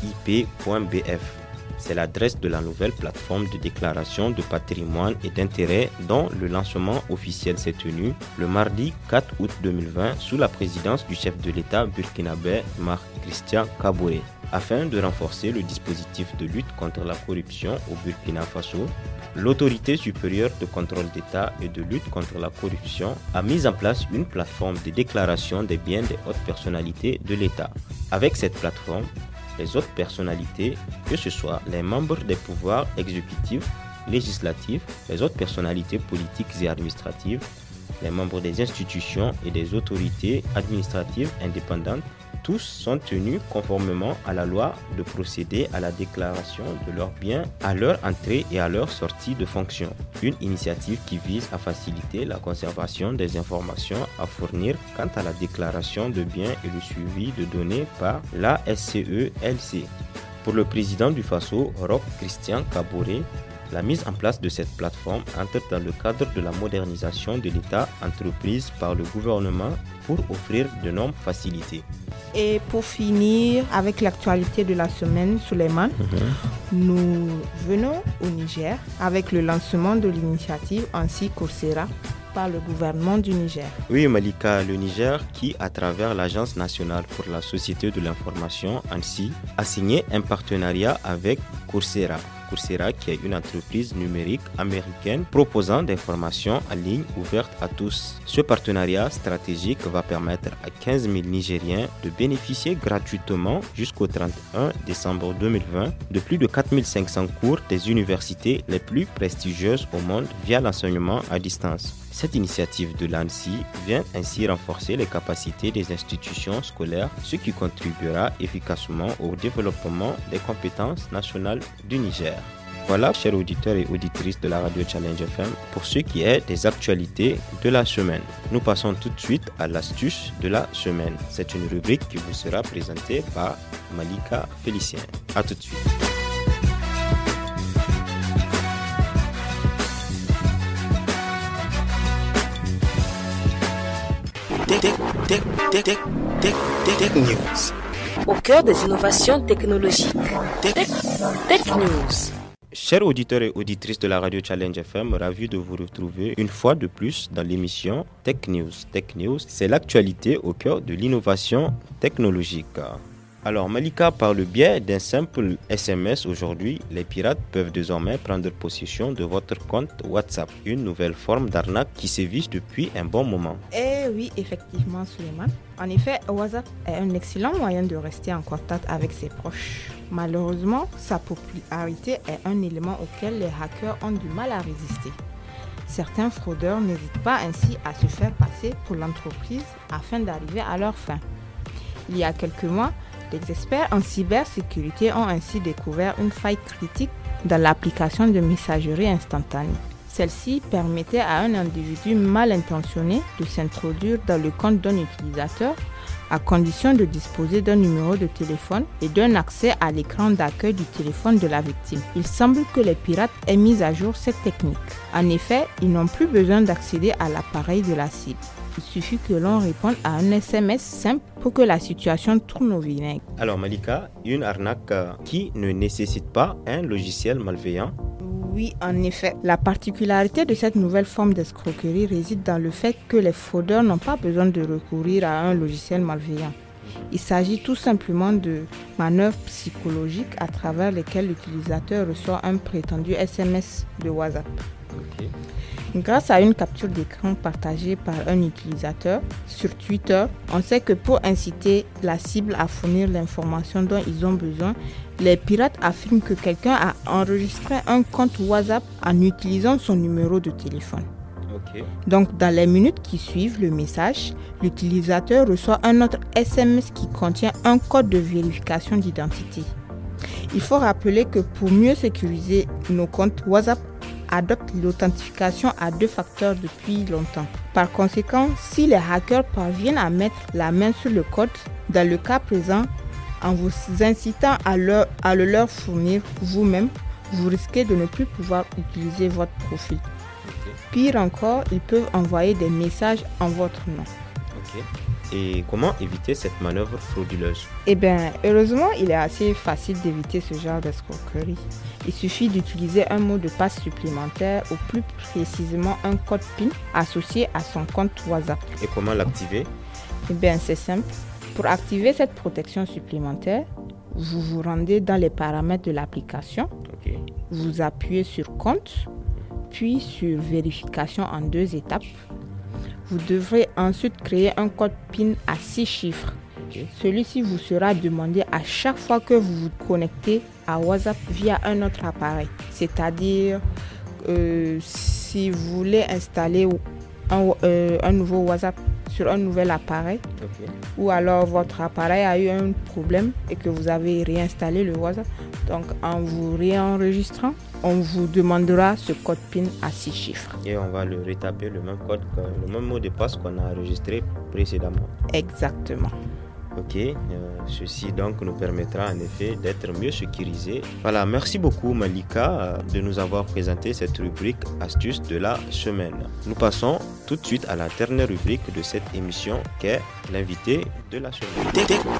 C'est l'adresse de la nouvelle plateforme de déclaration de patrimoine et d'intérêt dont le lancement officiel s'est tenu le mardi 4 août 2020 sous la présidence du chef de l'État burkinabé Marc Christian Kaboré. Afin de renforcer le dispositif de lutte contre la corruption au Burkina Faso, l'Autorité supérieure de contrôle d'État et de lutte contre la corruption a mis en place une plateforme de déclaration des biens des hautes personnalités de l'État. Avec cette plateforme, les autres personnalités, que ce soit les membres des pouvoirs exécutifs, législatifs, les autres personnalités politiques et administratives, les membres des institutions et des autorités administratives indépendantes, tous sont tenus conformément à la loi de procéder à la déclaration de leurs biens à leur entrée et à leur sortie de fonction. Une initiative qui vise à faciliter la conservation des informations à fournir quant à la déclaration de biens et le suivi de données par la SCE-LC. Pour le président du Faso, Roch Christian Kaboré, la mise en place de cette plateforme entre dans le cadre de la modernisation de l'État entreprise par le gouvernement pour offrir de nombreuses facilités. Et pour finir avec l'actualité de la semaine, Souleymane, nous venons au Niger avec le lancement de l'initiative ANSSI Coursera par le gouvernement du Niger. Oui Malika, le Niger qui, à travers l'Agence nationale pour la société de l'information ANSSI, a signé un partenariat avec Coursera. Coursera qui est une entreprise numérique américaine proposant des formations en ligne ouvertes à tous. Ce partenariat stratégique va permettre à 15 000 Nigériens de bénéficier gratuitement jusqu'au 31 décembre 2020 de plus de 4 500 cours des universités les plus prestigieuses au monde via l'enseignement à distance. Cette initiative de l'ANSSI vient ainsi renforcer les capacités des institutions scolaires, ce qui contribuera efficacement au développement des compétences nationales du Niger. Voilà, chers auditeurs et auditrices de la radio Challenge FM, pour ce qui est des actualités de la semaine. Nous passons tout de suite à l'astuce de la semaine. C'est une rubrique qui vous sera présentée par Malika Félicien. A tout de suite. Tech News. Au cœur des innovations technologiques. Tech News. Chers auditeurs et auditrices de la radio Challenge FM, ravi de vous retrouver une fois de plus dans l'émission Tech News. Tech News, c'est l'actualité au cœur de l'innovation technologique. Alors Malika, par le biais d'un simple SMS aujourd'hui, les pirates peuvent désormais prendre possession de votre compte WhatsApp, une nouvelle forme d'arnaque qui sévit depuis un bon moment. Eh oui, effectivement, Suleiman. En effet, WhatsApp est un excellent moyen de rester en contact avec ses proches. Malheureusement, sa popularité est un élément auquel les hackers ont du mal à résister. Certains fraudeurs n'hésitent pas ainsi à se faire passer pour l'entreprise afin d'arriver à leur fin. Il y a quelques mois, les experts en cybersécurité ont ainsi découvert une faille critique dans l'application de messagerie instantanée. Celle-ci permettait à un individu mal intentionné de s'introduire dans le compte d'un utilisateur à condition de disposer d'un numéro de téléphone et d'un accès à l'écran d'accueil du téléphone de la victime. Il semble que les pirates aient mis à jour cette technique. En effet, ils n'ont plus besoin d'accéder à l'appareil de la cible. Il suffit que l'on réponde à un SMS simple pour que la situation tourne au vinaigre. Alors Malika, une arnaque qui ne nécessite pas un logiciel malveillant? Oui, en effet. La particularité de cette nouvelle forme d'escroquerie réside dans le fait que les fraudeurs n'ont pas besoin de recourir à un logiciel malveillant. Il s'agit tout simplement de manœuvres psychologiques à travers lesquelles l'utilisateur reçoit un prétendu SMS de WhatsApp. Okay. Grâce à une capture d'écran partagée par un utilisateur sur Twitter, on sait que pour inciter la cible à fournir l'information dont ils ont besoin, les pirates affirment que quelqu'un a enregistré un compte WhatsApp en utilisant son numéro de téléphone. Okay. Donc, dans les minutes qui suivent le message, l'utilisateur reçoit un autre SMS qui contient un code de vérification d'identité. Il faut rappeler que pour mieux sécuriser nos comptes, WhatsApp adopte l'authentification à 2 facteurs depuis longtemps. Par conséquent, si les hackers parviennent à mettre la main sur le code, dans le cas présent, en vous incitant à le leur fournir vous-même, vous risquez de ne plus pouvoir utiliser votre profil. Okay. Pire encore, ils peuvent envoyer des messages en votre nom. Okay. Et comment éviter cette manœuvre frauduleuse? Eh bien, heureusement, il est assez facile d'éviter ce genre d'escroquerie. Il suffit d'utiliser un mot de passe supplémentaire ou plus précisément un code PIN associé à son compte WhatsApp. Et comment l'activer? Eh bien, c'est simple. Pour activer cette protection supplémentaire, vous vous rendez dans les paramètres de l'application. Okay. Vous appuyez sur compte, puis sur vérification en 2 étapes. Vous devrez ensuite créer un code PIN à 6 chiffres. Okay. Celui-ci vous sera demandé à chaque fois que vous vous connectez à WhatsApp via un autre appareil. C'est-à-dire, si vous voulez installer un nouveau WhatsApp sur un nouvel appareil, okay, ou alors votre appareil a eu un problème et que vous avez réinstallé le WhatsApp, donc en vous réenregistrant, on vous demandera ce code PIN à 6 chiffres. Et on va le retaper, le même code, le même mot de passe qu'on a enregistré précédemment. Exactement. Ok, ceci donc nous permettra en effet d'être mieux sécurisés. Voilà, merci beaucoup Malika de nous avoir présenté cette rubrique Astuces de la semaine. Nous passons tout de suite à la dernière rubrique de cette émission qui est l'invité de la semaine.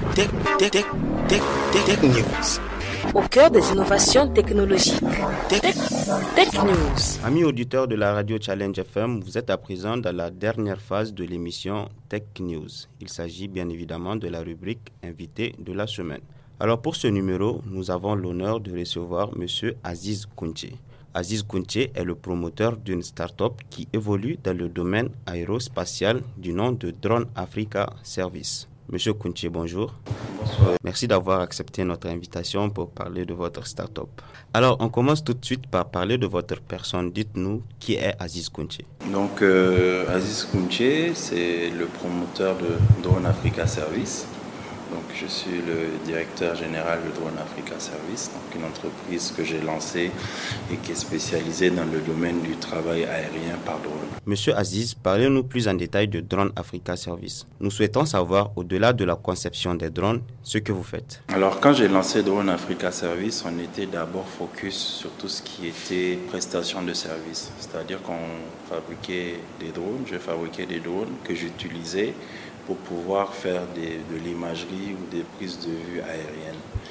Tech News. Au cœur des innovations technologiques. Tech News. Amis auditeurs de la radio Challenge FM, vous êtes à présent dans la dernière phase de l'émission Tech News. Il s'agit bien évidemment de la rubrique Invité de la semaine. Alors pour ce numéro, nous avons l'honneur de recevoir M. Aziz Kounché. Aziz Kounché est le promoteur d'une start-up qui évolue dans le domaine aérospatial du nom de Drone Africa Service. Monsieur Kounché, bonjour. Bonsoir. Merci d'avoir accepté notre invitation pour parler de votre start-up. Alors, on commence tout de suite par parler de votre personne. Dites-nous qui est Aziz Kounché. Donc, Aziz Kounché, c'est le promoteur de Drone Africa Service. Donc, je suis le directeur général de Drone Africa Service, donc une entreprise que j'ai lancée et qui est spécialisée dans le domaine du travail aérien par drone. Monsieur Aziz, parlez-nous plus en détail de Drone Africa Service. Nous souhaitons savoir, au-delà de la conception des drones, ce que vous faites. Alors, quand j'ai lancé Drone Africa Service, on était d'abord focus sur tout ce qui était prestation de service. C'est-à-dire qu'on fabriquait des drones, je fabriquais des drones que j'utilisais pour pouvoir faire de l'imagerie ou des prises de vue aériennes.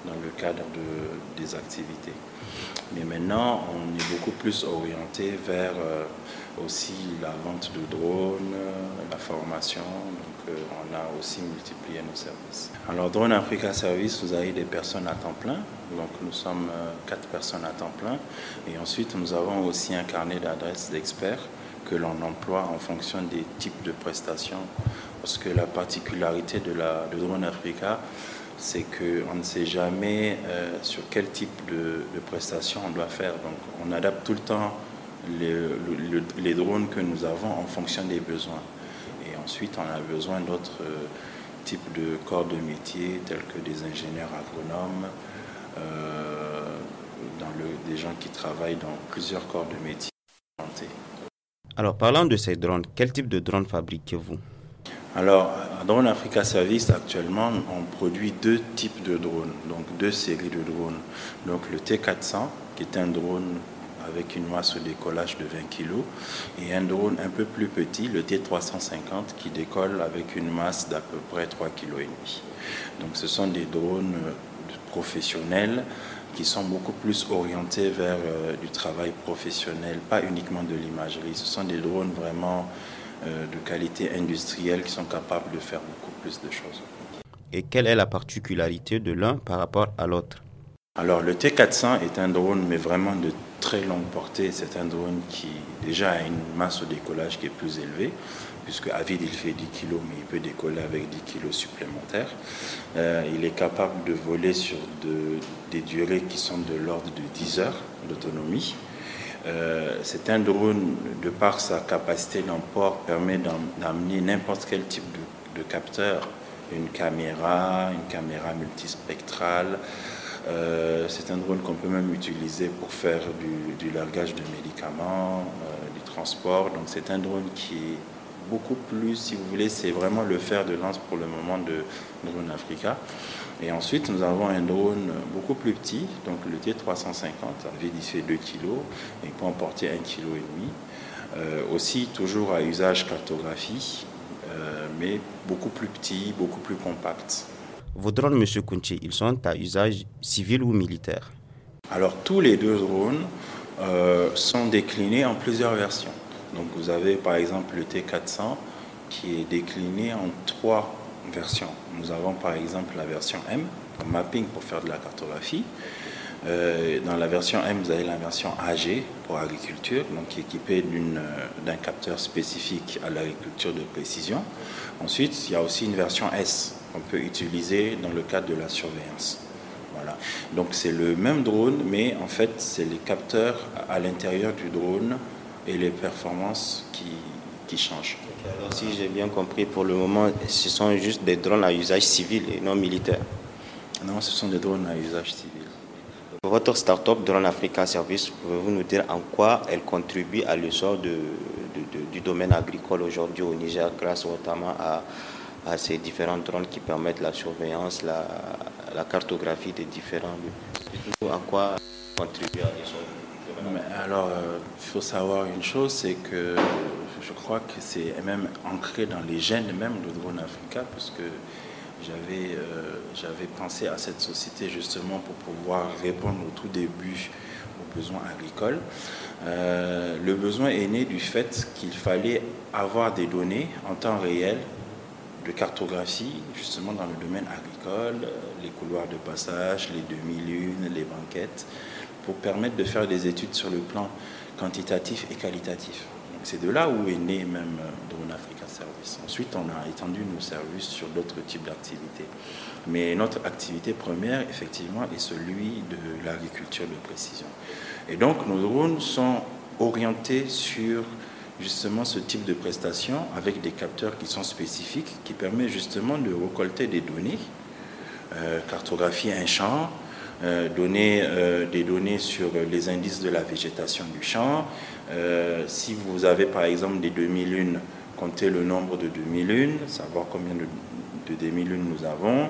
dans le cadre des activités. Mais maintenant, on est beaucoup plus orienté vers aussi la vente de drones, la formation. Donc, on a aussi multiplié nos services. Alors, Drone Africa Service, vous avez des personnes à temps plein. Donc, nous sommes 4 personnes à temps plein. Et ensuite, nous avons aussi un carnet d'adresses d'experts que l'on emploie en fonction des types de prestations. Parce que la particularité de Drone Africa, c'est qu'on ne sait jamais sur quel type de prestations on doit faire. Donc, on adapte tout le temps les drones que nous avons en fonction des besoins. Et ensuite, on a besoin d'autres types de corps de métier, tels que des ingénieurs agronomes, des gens qui travaillent dans plusieurs corps de métier. Alors, parlant de ces drones, quel type de drone fabriquez-vous? Alors, à Drone Africa Service, actuellement, on produit 2 types de drones, donc 2 séries de drones. Donc, le T400, qui est un drone avec une masse au décollage de 20 kg, et un drone un peu plus petit, le T350, qui décolle avec une masse d'à peu près 3,5 kg. Donc, ce sont des drones professionnels qui sont beaucoup plus orientés vers du travail professionnel, pas uniquement de l'imagerie. Ce sont des drones vraiment de qualité industrielle qui sont capables de faire beaucoup plus de choses. Et quelle est la particularité de l'un par rapport à l'autre? Alors, le T400 est un drone, mais vraiment de très longue portée. C'est un drone qui déjà a une masse au décollage qui est plus élevée, puisque à vide, il fait 10 kg, mais il peut décoller avec 10 kg supplémentaires. Il est capable de voler sur des durées qui sont de l'ordre de 10 heures d'autonomie. C'est un drone, de par sa capacité d'emport, permet d'amener n'importe quel type de capteur, une caméra multispectrale. C'est un drone qu'on peut même utiliser pour faire du largage de médicaments, du transport. Donc c'est un drone qui est beaucoup plus, si vous voulez, c'est vraiment le fer de lance pour le moment de Drone Africa. Et ensuite, nous avons un drone beaucoup plus petit, donc le T350, à vide, il fait 2 kg, et il peut emporter 1,5 kg. Aussi, toujours à usage cartographie, mais beaucoup plus petit, beaucoup plus compact. Vos drones, M. Kounché, ils sont à usage civil ou militaire? Alors, tous les 2 drones sont déclinés en plusieurs versions. Donc, vous avez par exemple le T400 qui est décliné en 3 versions. Nous avons par exemple la version M, pour mapping pour faire de la cartographie. Dans la version M, vous avez la version AG pour agriculture, donc qui est équipée d'un capteur spécifique à l'agriculture de précision. Ensuite, il y a aussi une version S qu'on peut utiliser dans le cadre de la surveillance. Voilà. Donc c'est le même drone, mais en fait, c'est les capteurs à l'intérieur du drone et les performances qui changent. Alors, si j'ai bien compris, pour le moment, ce sont juste des drones à usage civil et non militaire? Non, ce sont des drones à usage civil. Pour votre start-up Drone Africa Service, pouvez-vous nous dire en quoi elle contribue à l'essor du domaine agricole aujourd'hui au Niger, grâce notamment à ces différents drones qui permettent la surveillance, la cartographie des différents lieux? En quoi contribue à l'essor? Alors, il faut savoir une chose, c'est que je crois que c'est même ancré dans les gènes même de Drone Africa, parce que j'avais pensé à cette société justement pour pouvoir répondre au tout début aux besoins agricoles. Le besoin est né du fait qu'il fallait avoir des données en temps réel de cartographie, justement dans le domaine agricole, les couloirs de passage, les demi-lunes, les banquettes, pour permettre de faire des études sur le plan quantitatif et qualitatif. C'est de là où est né même Drone Africa Service. Ensuite, on a étendu nos services sur d'autres types d'activités. Mais notre activité première, effectivement, est celui de l'agriculture de précision. Et donc, nos drones sont orientés sur justement ce type de prestations avec des capteurs qui sont spécifiques, qui permettent justement de récolter des données, cartographier un champ, donner des données sur les indices de la végétation du champ. Si vous avez par exemple des demi-lunes, comptez le nombre de demi-lunes, savoir combien de demi-lunes nous avons,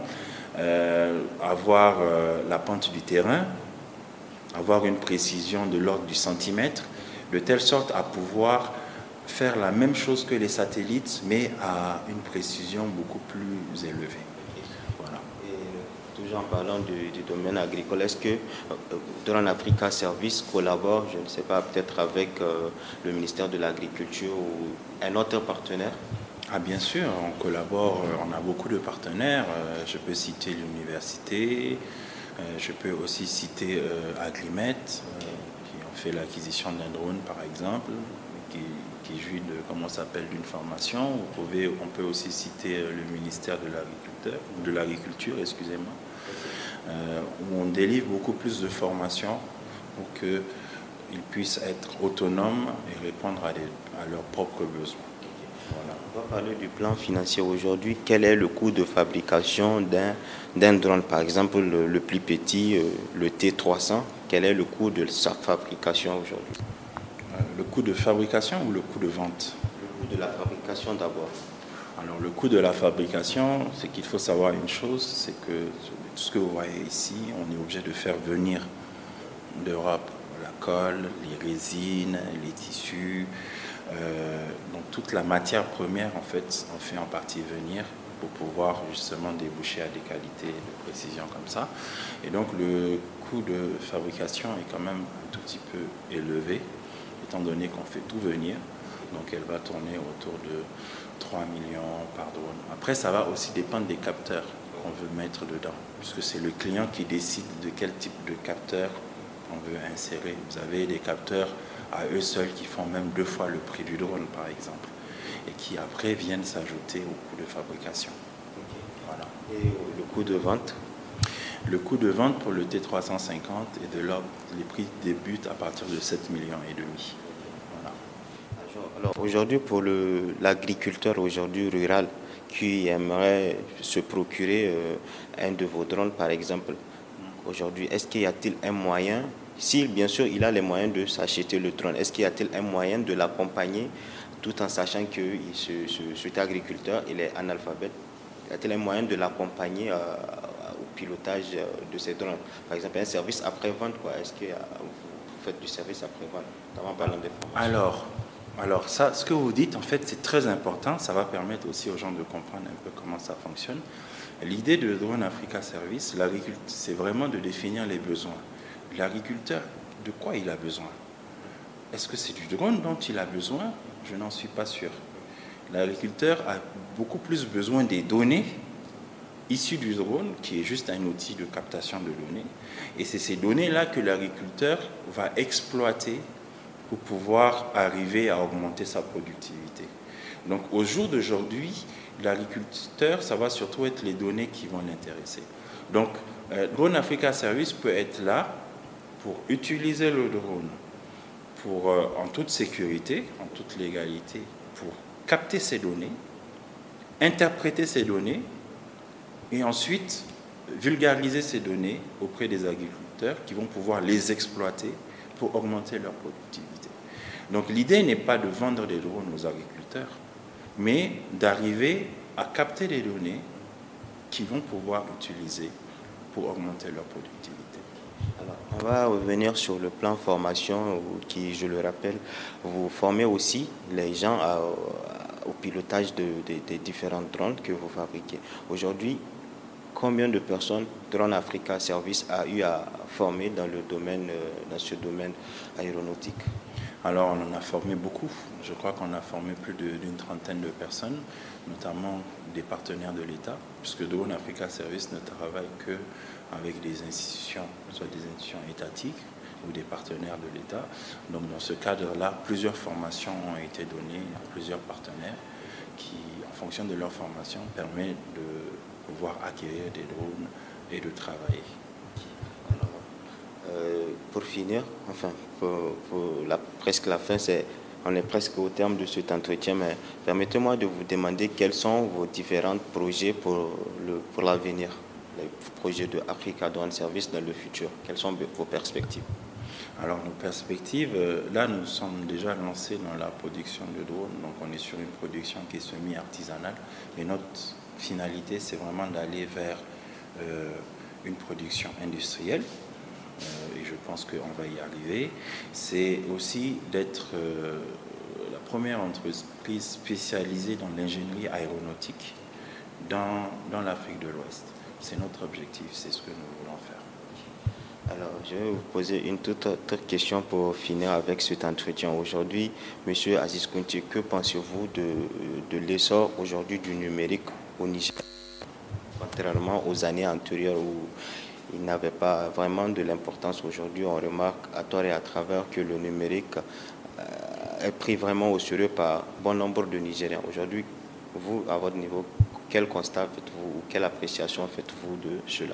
avoir la pente du terrain, avoir une précision de l'ordre du centimètre, de telle sorte à pouvoir faire la même chose que les satellites, mais à une précision beaucoup plus élevée. Voilà. Et En parlant du domaine agricole, est-ce que Drone Africa Service collabore, je ne sais pas, peut-être avec le ministère de l'Agriculture ou un autre partenaire? Ah, bien sûr, on collabore, on a beaucoup de partenaires. Je peux citer l'université, je peux aussi citer Agrimet, qui ont fait l'acquisition d'un drone par exemple, qui jouit d'une formation. On peut aussi citer le ministère de l'Agriculture, excusez-moi, où on délivre beaucoup plus de formations pour qu'ils puissent être autonomes et répondre à leurs propres besoins. Voilà. On va parler du plan financier aujourd'hui. Quel est le coût de fabrication d'un drone? Par exemple, le plus petit, le T300, quel est le coût de sa fabrication aujourd'hui? Le coût de fabrication ou le coût de vente? Le coût de la fabrication d'abord. Alors, le coût de la fabrication, c'est qu'il faut savoir une chose, c'est que tout ce que vous voyez ici, on est obligé de faire venir d'Europe la colle, les résines, les tissus. Donc toute la matière première, en fait, on fait en partie venir pour pouvoir justement déboucher à des qualités de précision comme ça. Et donc le coût de fabrication est quand même un tout petit peu élevé, étant donné qu'on fait tout venir. Donc elle va tourner autour de 3 millions par drone. Après, ça va aussi dépendre des capteurs qu'on veut mettre dedans, puisque c'est le client qui décide de quel type de capteur on veut insérer. Vous avez des capteurs à eux seuls qui font même 2 fois le prix du drone, par exemple, et qui après viennent s'ajouter au coût de fabrication. Voilà. Et le coût de vente? Le coût de vente pour le T350 est de l'ordre, les prix débutent à partir de 7,5 millions. Voilà. Alors aujourd'hui, pour l'agriculteur aujourd'hui rural qui aimerait se procurer un de vos drones, par exemple, aujourd'hui, est-ce qu'il y a-t-il un moyen, si bien sûr il a les moyens de s'acheter le drone, est-ce qu'il y a-t-il un moyen de l'accompagner tout en sachant que cet agriculteur il est analphabète? Y a-t-il un moyen de l'accompagner au pilotage de ces drones? Par exemple, un service après-vente, quoi. Est-ce que vous faites du service après-vente, notamment parlant des formations? Alors ça, ce que vous dites, en fait, c'est très important. Ça va permettre aussi aux gens de comprendre un peu comment ça fonctionne. L'idée de Drone Africa Service, c'est vraiment de définir les besoins. L'agriculteur, de quoi il a besoin? Est-ce que c'est du drone dont il a besoin? Je n'en suis pas sûr. L'agriculteur a beaucoup plus besoin des données issues du drone, qui est juste un outil de captation de données. Et c'est ces données-là que l'agriculteur va exploiter pour pouvoir arriver à augmenter sa productivité. Donc au jour d'aujourd'hui, l'agriculteur, ça va surtout être les données qui vont l'intéresser. Donc Drone Africa Service peut être là pour utiliser le drone en toute sécurité, en toute légalité, pour capter ces données, interpréter ces données et ensuite vulgariser ces données auprès des agriculteurs qui vont pouvoir les exploiter pour augmenter leur productivité. Donc l'idée n'est pas de vendre des drones aux agriculteurs, mais d'arriver à capter des données qu'ils vont pouvoir utiliser pour augmenter leur productivité. Alors, on va revenir sur le plan formation qui, je le rappelle, vous formez aussi les gens au pilotage des différents drones que vous fabriquez. Aujourd'hui, combien de personnes Drone Africa Service a eu à former dans ce domaine aéronautique? Alors, on en a formé beaucoup. Je crois qu'on a formé plus d'une trentaine de personnes, notamment des partenaires de l'État, puisque Drone Africa Service ne travaille qu'avec des institutions, soit des institutions étatiques ou des partenaires de l'État. Donc, dans ce cadre-là, plusieurs formations ont été données à plusieurs partenaires qui, en fonction de leur formation, permettent de pouvoir acquérir des drones et de travailler. Pour finir, enfin, presque la fin, on est presque au terme de cet entretien, mais permettez-moi de vous demander quels sont vos différents projets pour l'avenir, les projets de Africa Drone Service dans le futur. Quelles sont vos perspectives? Alors, nos perspectives, là, nous sommes déjà lancés dans la production de drones, donc on est sur une production qui est semi-artisanale, mais notre finalité, c'est vraiment d'aller vers une production industrielle. Et je pense qu'on va y arriver. C'est aussi d'être la première entreprise spécialisée dans l'ingénierie aéronautique dans l'Afrique de l'Ouest. c'est notre objectif, c'est ce que nous voulons faire. Alors, je vais vous poser une toute autre question pour finir avec cet entretien. Aujourd'hui, Monsieur Aziz Kounché, que pensez-vous de l'essor aujourd'hui du numérique au Niger, contrairement aux années antérieures où il n'avait pas vraiment de l'importance? Aujourd'hui, on remarque à tort et à travers que le numérique est pris vraiment au sérieux par bon nombre de Nigériens. Aujourd'hui, vous, à votre niveau, quel constat faites-vous ou quelle appréciation faites-vous de cela?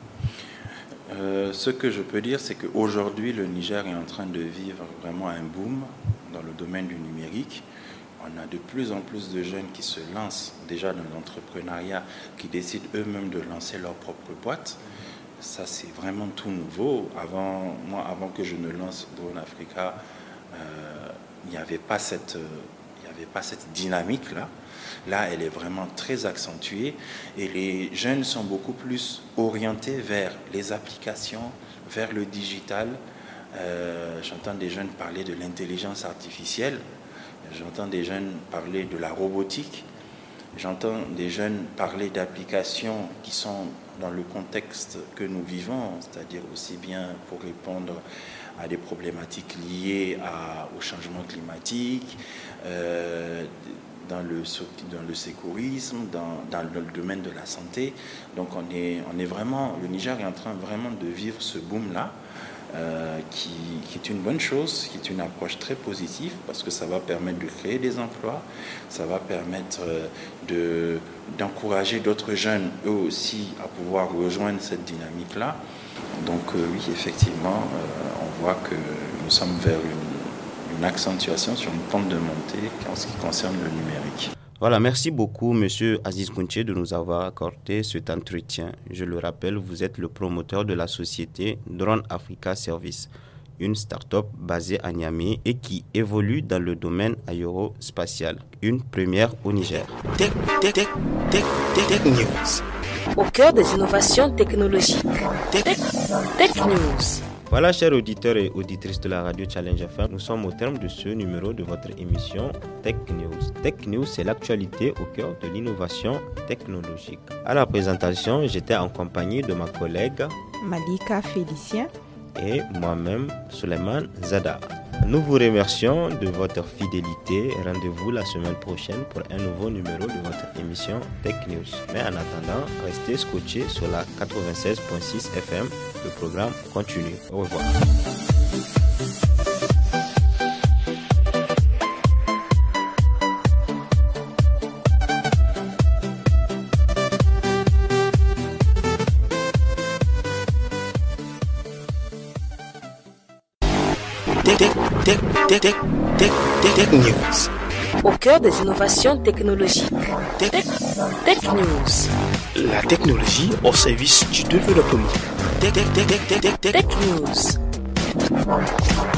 Ce que je peux dire, c'est qu'aujourd'hui, le Niger est en train de vivre vraiment un boom dans le domaine du numérique. On a de plus en plus de jeunes qui se lancent déjà dans l'entrepreneuriat, qui décident eux-mêmes de lancer leur propre boîte. Ça, c'est vraiment tout nouveau. Avant que je ne lance Drone Africa, il n'y avait pas cette dynamique-là. Là, elle est vraiment très accentuée et les jeunes sont beaucoup plus orientés vers les applications, vers le digital. J'entends des jeunes parler de l'intelligence artificielle, j'entends des jeunes parler de la robotique, j'entends des jeunes parler d'applications qui sont dans le contexte que nous vivons, c'est-à-dire aussi bien pour répondre à des problématiques liées au changement climatique, dans le sécurisme, dans le domaine de la santé. Donc le Niger est en train vraiment de vivre ce boom-là, qui est une bonne chose, qui est une approche très positive, parce que ça va permettre de créer des emplois, ça va permettre d'encourager d'autres jeunes, eux aussi, à pouvoir rejoindre cette dynamique-là. Donc oui, effectivement, on voit que nous sommes vers une accentuation sur une pente de montée en ce qui concerne le numérique. Voilà, merci beaucoup, Monsieur Aziz Kounché, de nous avoir accordé cet entretien. Je le rappelle, vous êtes le promoteur de la société Drone Africa Service, une start-up basée à Niamey et qui évolue dans le domaine aérospatial, une première au Niger. Tech News. Au cœur des innovations technologiques. Tech News. Voilà, chers auditeurs et auditrices de la radio Challenge FM, nous sommes au terme de ce numéro de votre émission Tech News. Tech News, c'est l'actualité au cœur de l'innovation technologique. À la présentation, j'étais en compagnie de ma collègue Malika Félicien et moi-même, Suleiman Zada. Nous vous remercions de votre fidélité. Rendez-vous la semaine prochaine pour un nouveau numéro de votre émission Tech News. Mais en attendant, restez scotchés sur la 96.6 FM. Le programme continue. Au revoir. Tech News. Au cœur des innovations technologiques. Tech News. La technologie au service du développement. Tech News.